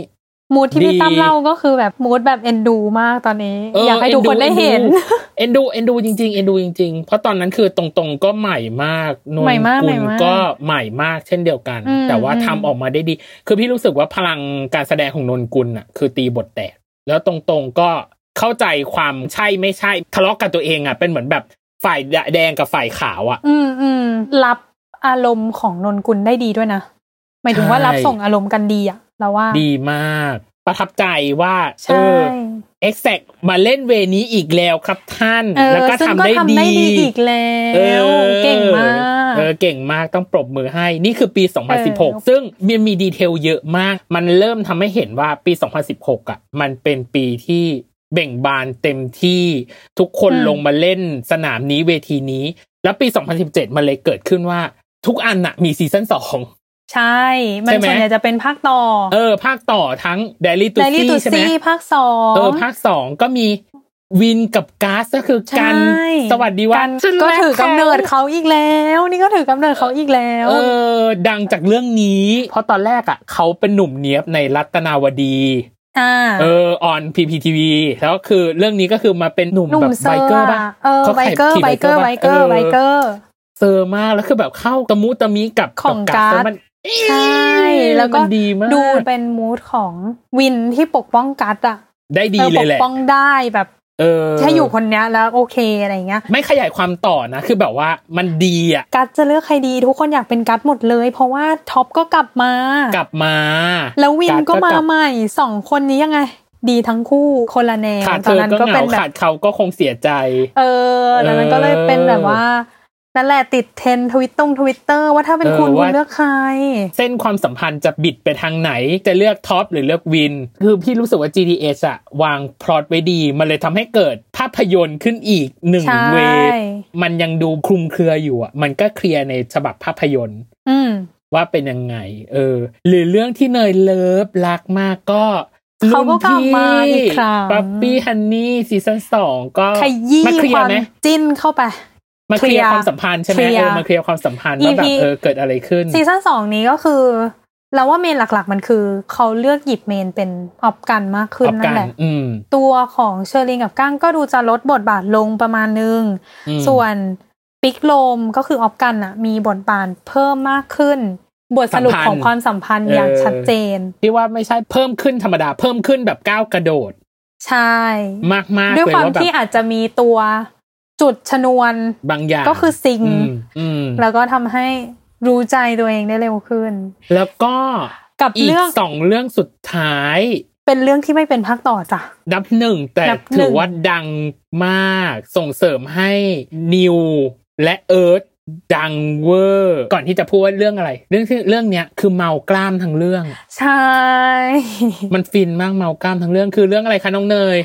F: มูดที่พี่ตั้มเล่าก็คือแบบมูดแบบเอ็นดูมากตอนนี้
E: เออ
F: อยากให้ทุกคนได้เห็น
E: เอ็นดูเอ็นดูจริงๆเอ็นดูจริงๆเพราะตอนนั้นคือตรงๆก็ใหม่มากนนกุลก็ใหม่มากเช่นเดียวกันแต่ว่าทำออกมาได้ดีคือพี่รู้สึกว่าพลังการแสดงของนนกุลน่ะคือตีบทแตกแล้วตรงๆก็เข้าใจความใช่ไม่ใช่ทะเลาะกันตัวเองอ่ะเป็นเหมือนแบบฝ่ายแดงกับฝ่ายขาวอ่ะ
F: อืมอืมรับอารมณ์ของนนกุลได้ดีด้วยนะหมายถึงว่ารับส่งอารมณ์กันดีอ่ะเราว่า
E: ดีมากประทับใจว่าเออ Exact มาเล่นเวนี้อีกแล้วครับท่านแล้วก็ทำได้ดี
F: อีกแล้วเก่งมาก
E: เออเก่งมากต้องปรบมือให้นี่คือปีสองพันสิบหกซึ่งมันมีดีเทลเยอะมากมันเริ่มทำให้เห็นว่าปีสองพันสิบหกอ่ะมันเป็นปีที่เบ่งบานเต็มที่ทุกคนลงมาเล่นสนามนี้เวทีนี้แล้วปีสองพันสิบเจ็ดมันเลยเกิดขึ้นว่าทุกอันน่ะมีซีซั่นสอง
F: ใช่มันส่วนใหญ่จะเป็นภาคต่อ
E: เออภาคต่อทั้ง Daily to See ใช่มั้ย
F: ภาคสอง
E: เออภาคสองก็มีวินกับก๊าซก็คือกันสวัสดีว่า
F: ก็ถือกำเนิดเขาอีกแล้วนี่ก็ถือกำเนิดเขาอีกแล้ว
E: เออดังจากเรื่องนี้เพราะตอนแรกอ่ะเขาเป็นหนุ่มเนี๊ยบในรัตนาวดี
F: อ่า
E: เออออน พี พี ที วี แล้วคือเรื่องนี้ก็คือมาเป็นหนุ่มแบบไบเกอร์ป่ะ
F: เออไบเกอร์ไบเกอร์ไบเกอร์ไบเกอร์
E: เซอร์มากแล้วคือแบบเข้าตะมุตะมิกับ
F: ของก๊าซใช่แล้วก็ดูเป็นมูดของวินที่ปกป้องกัสอะ
E: ได้ดีเลยแหละ
F: ปกป้องได้แบบเออถ้าอยู่คนเนี้ยแล้วโอเคอะไรเงี้ย
E: ไม่ขยายความต่อนะคือแบบว่ามันดีอะ
F: กัสจะเลือกใครดีทุกคนอยากเป็นกัสหมดเลยเพราะว่าท็อปก็กลับมาก
E: ลับมา
F: แล้ววินก็มาใหม่สองคนนี้ยังไงดีทั้งคู่คนละแนว
E: ตอนนั้นก็เป็นแบบขาดเขาก็คงเสียใจ
F: เออตอนนั้นก็เลยเป็นแบบว่านั่นแหละติดเทรนด์ Twitter Twitter ว่าถ้าเป็นคุณคุณเลือกใคร
E: เส้นความสัมพันธ์จะบิดไปทางไหนจะเลือกท็อปหรือเลือกวินคือพี่รู้สึกว่า จี ที เอช อะวางพล็อตไว้ดีมันเลยทำให้เกิดภาพยนตร์ขึ้นอีกหนึ่งเวย์มันยังดูคลุมเครืออยู่อะมันก็เคลียร์ในฉบับภาพยนตร์ว่าเป็นยังไงเออหรือเรื่องที่เนยเลิฟรักมากก็
F: เขาก็กลับมาอีกครั้ง
E: ปั๊ปปี้ฮันนี่ซีซั่นสองก็
F: ขยี้ความจิ้นเข้าไป
E: มาเคลียร์ความสัมพันธ์ใช่ไหมเออมาเคลียร์ความสัมพันธ์ว่าแบบเออเกิดอะไรขึ้น
F: ซีซั่นสองนี้ก็คือเราว่าเมนหลักๆมันคือเขาเลือกหยิบเมนเป็นออฟกันมากขึ้นนั่นแหละตัวของเชอร์ลินกับก้างก็ดูจะลดบทบาทลงประมาณนึงส่วนปิกโลมก็คือออฟกันอะมีบทบาทเพิ่มมากขึ้นบทสรุปของความสัมพันธ์อย่างชัดเจน
E: ที่ว่าไม่ใช่เพิ่มขึ้นธรรมดาเพิ่มขึ้นแบบก้าวกระโดด
F: ใช่
E: มากๆ
F: ด้วยความที่อาจจะมีตัวจุดชนวน
E: บางอย่าง
F: ก็คือซิงแล้วก็ทำให้รู้ใจตัวเองได้เร็วขึ้น
E: แล้วก็
F: กับเรื่อง
E: สองเรื่องสุดท้าย
F: เป็นเรื่องที่ไม่เป็นภาคต่อจ้ะ
E: ดับหนึ่งแต่ถือว่าดังมากส่งเสริมให้นิวและเอิร์ธดังเวอร์ก่อนที่จะพูดว่าเรื่องอะไรเรื่องที่เรื่องเนี้ยคือเมากล้ามทั้งเรื่อง
F: ใช่
E: มันฟินมากเมากล้ามทั้งเรื่องคือเรื่องอะไรคะน้องเนย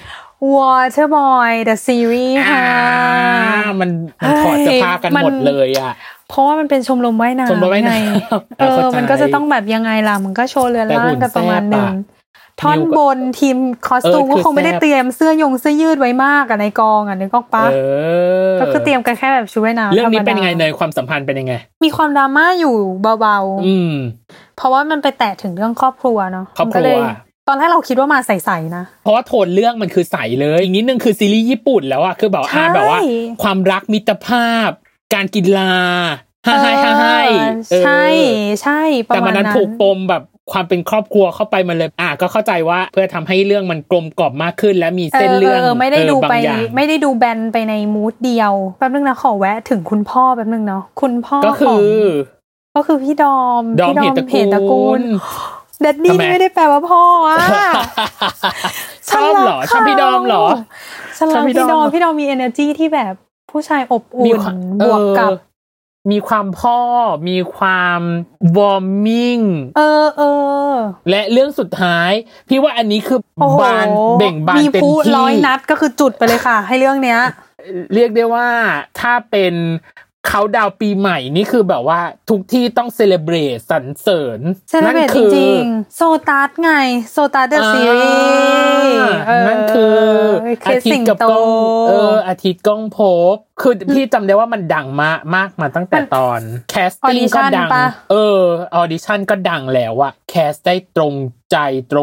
F: Waterboy The Series ค่ะ
E: มันมันถอดเสื้อผ้ากันหมดเลยอ่ะ
F: เพราะว่ามันเป็นชมรมว่ายน้ำไงเออมันก็จะต้องแบบยังไงล่ะมันก็โชว์เรือนร่างกันประมาณนึงท่อนบนทีมคอสตูมก็คงไม่ได้เตรียมเสื้อยงเสื้อยืดไว้มากอ่ะในกองอ่ะนึกออกปะก็คือเตรียมกันแค่แบบชุดว่ายน้ำ
E: เรื่องนี้เป็นยังไงเนยความสัมพันธ์เป็นยังไง
F: มีความดราม่าอยู่เบาๆเพราะว่ามันไปแตะถึงเรื่องครอบครัวเนาะก็เลยตอนแรกเราคิดว่ามาใสๆนะ
E: เพราะว่าโทนเรื่องมันคือใสเลยอีกนิดนึงคือซีรีส์ญี่ปุ่นแล้วอ่ะคือแบบอ่าแบบว่าความรักมิตรภาพการกีฬาฮ่าฮ่าฮ่าฮ่า
F: ใช่ใช่
E: แต่มันนั้นผูกปมแบบความเป็นครอบครัวเข้าไปมันเลยอ่ะก็เข้าใจว่าเพื่อทำให้เรื่องมันกลมกล่อมมากขึ้นและมีเส้นเรื่อง
F: เออไม่ได้ดูไปไม่ได้ดูแบนไปในมูดเดียวแป๊บนึงนะขอแวะถึงคุณพ่อแป๊บนึงเนาะคุณพ่อ
E: ก็คือ
F: ก็คือพี่ดอม
E: พี่ดอมเพตระกูล
F: แดดดี้ไม่ได้แปลว่าพ่ออ่ะ
E: ชอบเหรอชอบพี่ดอมเหรอ
F: ชอบพี่ดอมพี่ดอมมี energy ที่แบบผู้ชายอบอุ่นบวกกับ
E: มีความพ่อมีความวอร์มิ่ง
F: เออเออ
E: และเรื่องสุดท้ายพี่ว่าอันนี้คือบานเบ่งบานเต็มที่มีผู้
F: ร้อยนัดก็คือจุดไปเลยค่ะให้เรื่องเนี้ย
E: เรียกได้ว่าถ้าเป็นเขาดาวปีใหม่นี่คือแบบว่าทุกที่ต้องเซเลบรตสรรเสริญ
F: นั่นคือจริงๆโซตัสไงโซตัสเดอะซีรีส์
E: นั่นคืออาทิตย์กับกล้องเอออาทิตย์กล้องพบคือพี่จำได้ว่ามันดังมากมากมาตั้งแต่ตอนแคสติ้งก็ดังเออออดิชั่นก็ดังแล้วอะแคสได้ตรงใจตรง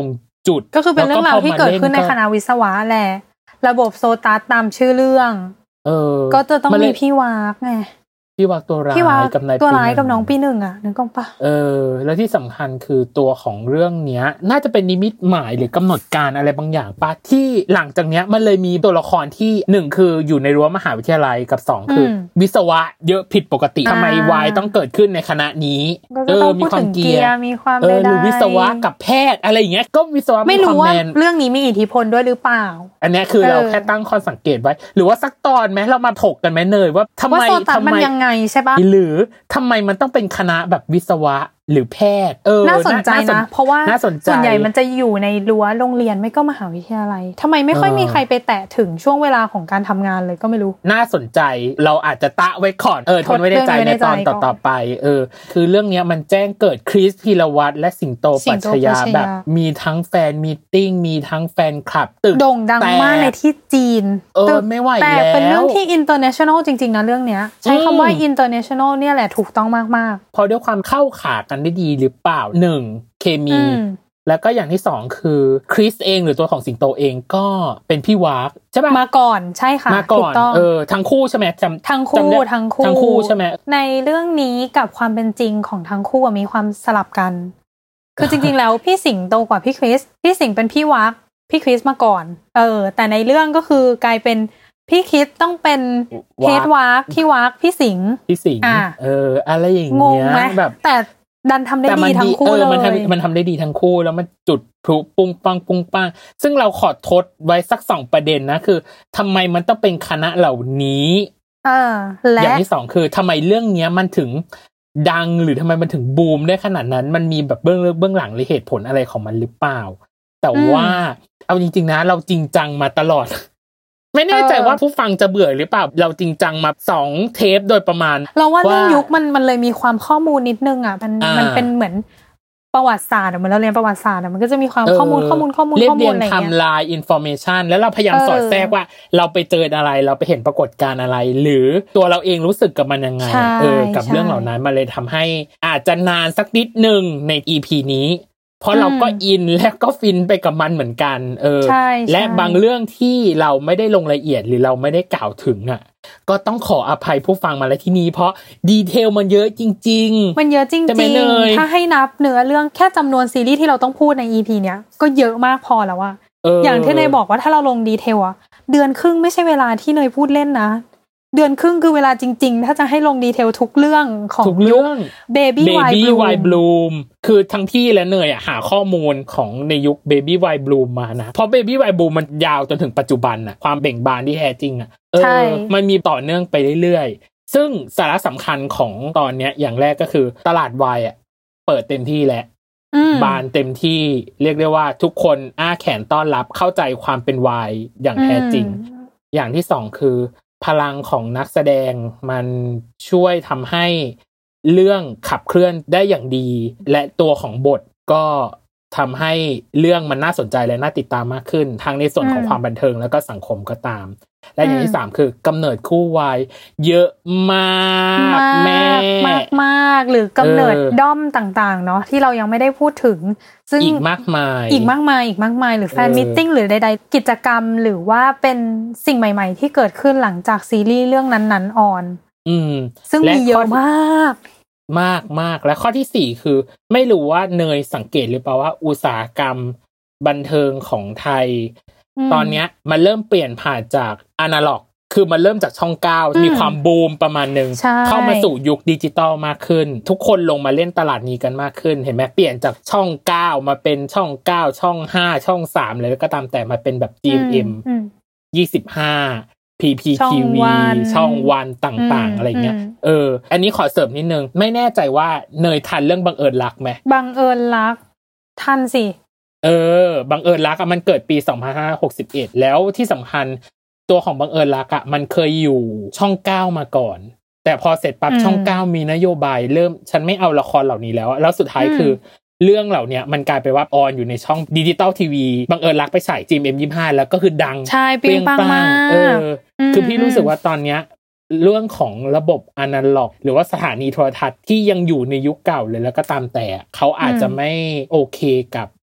E: จุด
F: ก็คือเป็นเรื่องราวที่เกิดขึ้นในคณะวิศวะแหละระบบโซตัสตามชื่อเรื่อง
E: เออ
F: ก็จะต้องมีพี่วากไง
E: พี่วากตัวร้ายกับนาย
F: ตัวร้ายกับน้องปีหนึ่งอ่ะนึกออกปะ
E: เออแล้วที่สำคัญคือตัวของเรื่องเนี้ยน่าจะเป็นนิมิตหมายหรือกำหนดการอะไรบางอย่างปะที่หลังจากเนี้ยมันเลยมีตัวละครที่หนึ่งคืออยู่ในรั้วมหาวิทยาลัยกับสองคือวิศวะเยอะผิดปกติทำไมวายต้องเกิดขึ้นในคณะนี้
F: เออมีความเกียร์
E: มี
F: ความ
E: เออหรือวิศวะกับแพทย์อะไรอย่างเงี้ยก็วิศวะ
F: ไม่รู้ว่าเรื่องนี้มีอิทธิพลด้วยหรือเปล่า
E: อันนี้คือเราแค่ตั้งข้อสังเกตไว้หรือว่าสักตอนไหมเรามาถกกันไหมเนยว่าทำไม
F: ทำไมมันยังไงใช่ปะ
E: หรือทำไมมันต้องเป็นคณะแบบวิศวะหรือแพทย์เออ
F: น่าสนใจนะเพราะว่าส่วนใหญ่มันจะอยู่ในรั้วโรงเรียนไม่ก็มหาวิทยาลัยทำไมไม่ค่อยมีใครไปแตะถึงช่วงเวลาของการทำงานเลยก็ไม่รู้
E: น่าสนใจเราอาจจะตะไว้ก่อนเออทนไว้ในใจในตอนต่อๆไปเออคือเรื่องนี้มันแจ้งเกิดคริสพีรวัตรและสิงโตปัชญาแบบมีทั้งแฟนมีตติ้งมีทั้งแฟนคลับตึก
F: โด่งดังมากในที่จีน
E: เออไม่ไหวแล้ว
F: แต่เป็นเรื่องที่ international จริงๆนะเรื่องเนี้ยใช้คำว่า international เนี่ยแหละถูกต้องมาก
E: ๆพอด้วยความเข้าขากันได้ดีหรือเปล่าหนึ่งเคมีแล้วก็อย่างที่สองคือคริสเองหรือตัวของสิงโตเองก็เป็นพี่วากใช่ป่ะ
F: มาก่อนใช่ค่ะ
E: มาก่อนเออทั้งคู่ใช่ไหมจำ
F: ทั้งคู่ทั้งคู่
E: ทั้งคู่ใช่ไหม
F: ในเรื่องนี้กับความเป็นจริงของทั้งคู่มีความสลับกันคือจริงๆแล้วพี่สิงโตกว่าพี่คริสพี่สิงเป็นพี่วากพี่คริสมาก่อนเออแต่ในเรื่องก็คือกลายเป็นพี่คิดต้องเป็นเฮดวากที่วากพี่สิง
E: พี่สิงเอออะไรอย่างเงี้ยแบบ
F: แต่ดันทำได้ดีทั้งคู่เลย
E: มันทำมันทำได้ดีทั้งคู่แล้วมันจุดพลุปุ้งปังปุ้งปังซึ่งเราขอทดไว้สักสองประเด็นนะคือทำไมมันต้องเป็นคณะเหล่านี้
F: เออและ
E: อย่างที่สองคือทำไมเรื่องเนี้ยมันถึงดังหรือทำไมมันถึงบูมได้ขนาดนั้นมันมีแบบเบื้องลึกเบื้องหลังหรือเหตุผลอะไรของมันหรือเปล่าแต่ว่าเอาจริงๆนะเราจริงจังมาตลอดไม่แน่ใจว่าผู้ฟังจะเบื่อหรือเปล่าเราจริงจังมาสองเทปโดยประมาณ
F: เราว่าเรื่องยุคมันมันเลยมีความข้อมูลนิดนึงอ่ะมันมันเป็นเหมือนประวัติศาสตร์เหมือนเราเรียนประวัติศาสตร์มันก็จะมีความข้อมูลข้อมูลข้อมูลข้อมูลอะไร
E: เรียบเรียงไทม์ไลน์อินฟอร์เมชันแล้วเราพยายามสอดแทรกว่าเราไปเจออะไรเราไปเห็นปรากฏการณ์อะไรหรือตัวเราเองรู้สึกกับมันยังไงเออกับเรื่องเหล่านั้นมันเลยทำให้อาจจะนานสักนิดนึงใน อี พี นี้เพราะเราก็อินและก็ฟินไปกับมันเหมือนกันเออและบางเรื่องที่เราไม่ได้ลงรายละเอียดหรือเราไม่ได้กล่าวถึงอ่ะก็ต้องขออภัยผู้ฟังมาแล้วที่นี้เพราะดีเทลมันเยอะจริง
F: ๆมันเยอะจริงๆถ้าให้นับเนื้อเรื่องแค่จำนวนซีรีส์ที่เราต้องพูดใน อี พี เนี้ยก็เยอะมากพอแล้วอะ
E: เออ
F: อย่างที่เนยบอกว่าถ้าเราลงดีเทลอะเดือนครึ่งไม่ใช่เวลาที่เนยพูดเล่นนะเดือนครึ่งคือเวลาจริงๆถ้าจะให้ลงดีเทลทุกเรื่องของยุค Baby
E: White Bloom คือทั้งพี่และเนยอ่ะหาข้อมูลของในยุค Baby White Bloom มานะเพราะ Baby White Bloom มันยาวจนถึงปัจจุบันน่ะความเบ่งบานที่แท้จริงอ่ะเออมันมีต่อเนื่องไปเรื่อยๆซึ่งสาระสำคัญของตอนเนี้ยอย่างแรกก็คือตลาดวายอ่ะเปิดเต็มที่แล้วบานเต็มที่เรียกได้ว่าทุกคนอ้าแขนต้อนรับเข้าใจความเป็นวายอย่างแท้จริงอย่างที่สองคือพลังของนักแสดงมันช่วยทำให้เรื่องขับเคลื่อนได้อย่างดีและตัวของบทก็ทำให้เรื่องมันน่าสนใจและน่าติดตามมากขึ้นทั้งในส่วนของความบันเทิงแล้วก็สังคมก็ตามและอย่างที่สามคือกำเนิดคู่วายเยอะมากแม่
F: มากมากหรือกำเนิดด้อมต่างๆเนาะที่เรายังไม่ได้พูดถึงซึ่ง
E: อีกมากมาย
F: อีกมากมายอีกมากมายหรือแฟนมีตติ้งหรือใดๆกิจกรรมหรือว่าเป็นสิ่งใหม่ๆที่เกิดขึ้นหลังจากซีรีส์เรื่องนั้นๆออน
E: อืม
F: ซึ่งมีเยอะมาก
E: มากมากและข้อที่สี่คือไม่รู้ว่าเนยสังเกตหรือเปล่าว่าอุตสาหกรรมบันเทิงของไทยตอนเนี้ยมันเริ่มเปลี่ยนผ่านจากอนาล็อกคือมันเริ่มจากช่องเก้ามีความบูมประมาณนึงเข้ามาสู่ยุคดิจิตอลมากขึ้นทุกคนลงมาเล่นตลาดนี้กันมากขึ้นเห็นไหมเปลี่ยนจากช่องเก้ามาเป็นช่องเก้าช่องห้าช่องสามเลยแล้วก็ตามแต่มาเป็นแบบ จี เอ็ม เอ็ม ยี่สิบห้า พี พี ที วี ช่องวันต่างๆอะไรเงี้ยเอออันนี้ขอเสริมนิดนึงไม่แน่ใจว่าเนยทันเรื่องบังเอิญรักไหม
F: บังเอิญรักทันสิ
E: เออบังเอิญรักอ่ะมันเกิดปีสองพันห้าร้อยหกสิบเอ็ดแล้วที่สำคัญตัวของบังเอิญรักอ่ะมันเคยอยู่ช่องเก้ามาก่อนแต่พอเสร็จปั๊บช่องเก้ามีนโยบายเริ่มฉันไม่เอาละครเหล่านี้แล้วแล้วสุดท้ายคือเรื่องเหล่านี้มันกลายไปว่าออนอยู่ในช่องดิจิตอลทีวีบังเอิญรักไปฉาย จี เอ็ม เอ็ม ยี่สิบห้าแล้วก็คือดัง
F: ใช่เปรี้ยงปังมาก
E: เออคือพี่รู้สึกว่าตอนเนี้ยเรื่องของระบบอนาล็อกหรือว่าสถานีโทรทัศน์ที่ยังอยู่ในยุคเก่าเลยแล้วก็ตามแต่เขาอาจจะไม่โอเคกับ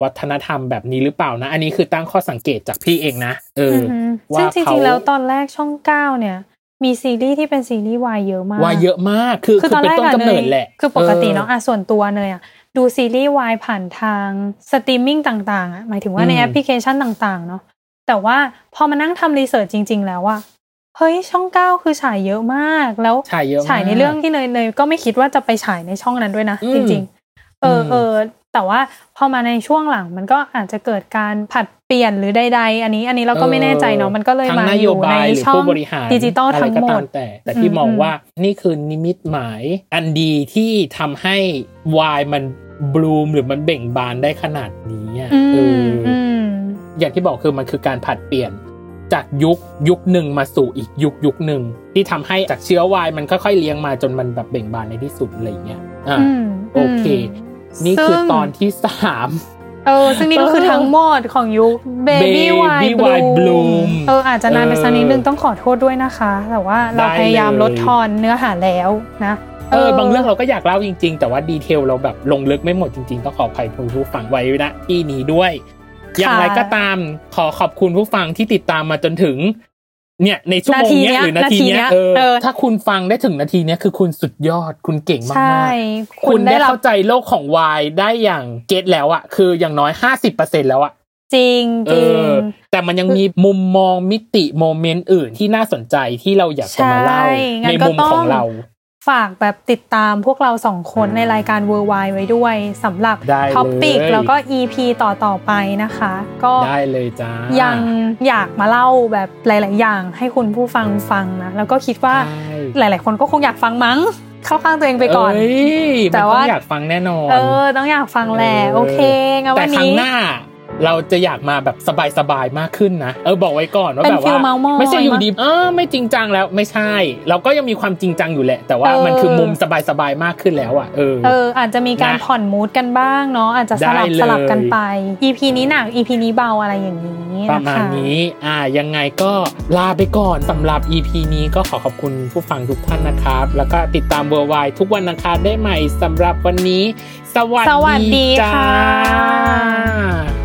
E: วัฒนธรรมแบบนี้หรือเปล่านะอันนี้คือตั้งข้อสังเกตจากพี่เองนะเออว่า
F: ซึ่งจริงๆแล้วตอนแรกช่องเก้าเนี่ยมีซีรีส์ที่เป็นซีรีส์วายเยอะมาก
E: วายเยอะมากคือคือเป็นต้นกำเนิดแหละ
F: คือปกติเนาะอ่ะส่วนตัวเลยอ่ะดูซีรีส์วายผ่านทางสตรีมมิ่งต่างๆอ่ะหมายถึงว่าในแอปพลิเคชันต่างๆเนาะแต่ว่าพอมานั่งทำรีเสิร์ชจริงๆแล้วอ่ะเฮ้ยช่องเก้าคือฉายเยอะมากแล้ว
E: ฉายเยอะมาก
F: ฉายในเรื่องที่เนยเนยก็ไม่คิดว่าจะไปฉายในช่องนั้นด้วยนะจริงๆเออเออแต่ว่าพอมาในช่วงหลังมันก็อาจจะเกิดการผัดเปลี่ยนหรือใดๆอันนี้อันนี้เราก็ไม่แน่ใจเนาะมันก็เลยมาอยู่ในช่องดิจิตอลทั้งหมด
E: แต่แต่ที่มองว่านี่คือนิมิตหมายอันดีที่ทำให้วายมันบลูมหรือมันเบ่งบานได้ขนาดนี้อ่ะเอออย่างที่บอกคือมันคือการผัดเปลี่ยนจากยุคยุคหนึ่งมาสู่อีกยุคยุคหนึ่งที่ทำให้จากเชื้อวายมันค่อยๆเลี้ยงมาจนมันแบบเบ่งบานในที่สุดอะไรเงี้ยอ่ะโอเคนี่คือตอนที่สาม
F: เออซึ่งนี่ก็คือทั้งหมดของยุค Baby Wine Bloom เอออาจจะนานไปสักนิดนึงต้องขอโทษด้วยนะคะแต่ว่าเราพยายามลดทอนเนื้อหาแล้วนะ
E: เออบางเรื่องเราก็อยากเล่าจริงๆแต่ว่าดีเทลเราแบบลงลึกไม่หมดจริงๆต้องขออภัยผู้ฟังไว้นะที่นี้ด้วยอย่างไรก็ตามขอขอบคุณผู้ฟังที่ติดตามมาจนถึงเนี่ยในชั่วโมงเนี้ยหรือนาทีเนี้ยเออถ้าคุณฟังได้ถึงนาทีเนี้ยคือคุณสุดยอดคุณเก่งมากๆคุณได้เข้าใจโลกของวายได้อย่างเก็ทแล้วอ่ะคืออย่างน้อย ห้าสิบเปอร์เซ็นต์ แล้วอ่ะ
F: จริงจริง
E: แต่มันยังมีมุมมองมิติโมเมนต์อื่นที่น่าสนใจที่เราอยากจะมาเล่าในมุมของเรา
F: ฝากแบบติดตามพวกเราสองคนในรายการ Worldwide ไว้ด้วยสำหรับท็อปิกแล้วก็ อี พี ต่อๆไปนะคะก็
E: ได้เลยจ้า
F: ยังอยากมาเล่าแบบหลายๆอย่างให้คุณผู้ฟังฟังนะแล้วก็คิดว่าหลายๆคนก็คงอยากฟังมั้งเข้าข้างตัวเองไปก่อน
E: แต่ว่าอยากฟังแน่นอน
F: เออต้องอยากฟังแหละโอเคงั้นวันนี้
E: แต่ครั้งหน้าเราจะอยากมาแบบสบายๆมากขึ้นนะเออบอกไว้ก่อนว่าแบบว่าไม่ใช่อยู่ดีเออไม่จริงจังแล้วไม่ใช่เราก็ยังมีความจริงจังอยู่แหละแต่ว่ามันคือมุมสบายๆมากขึ้นแล้วอ่ะเออ
F: เอออาจจะมีการผ่อนมูดกันบ้างเนาะอาจจะสลับสลับกันไป อี พี นี้หนัก อี พี นี้เบาอะไรอย่างนี้
E: ประมาณนี้อ่ายังไงก็ลาไปก่อนสำหรับ อี พี นี้ก็ขอขอบคุณผู้ฟังทุกท่านนะครับแล้วก็ติดตาม Worldwide ทุกวันอังคารได้ใหม่สำหรับวันนี้สวัสดี
F: ค่ะ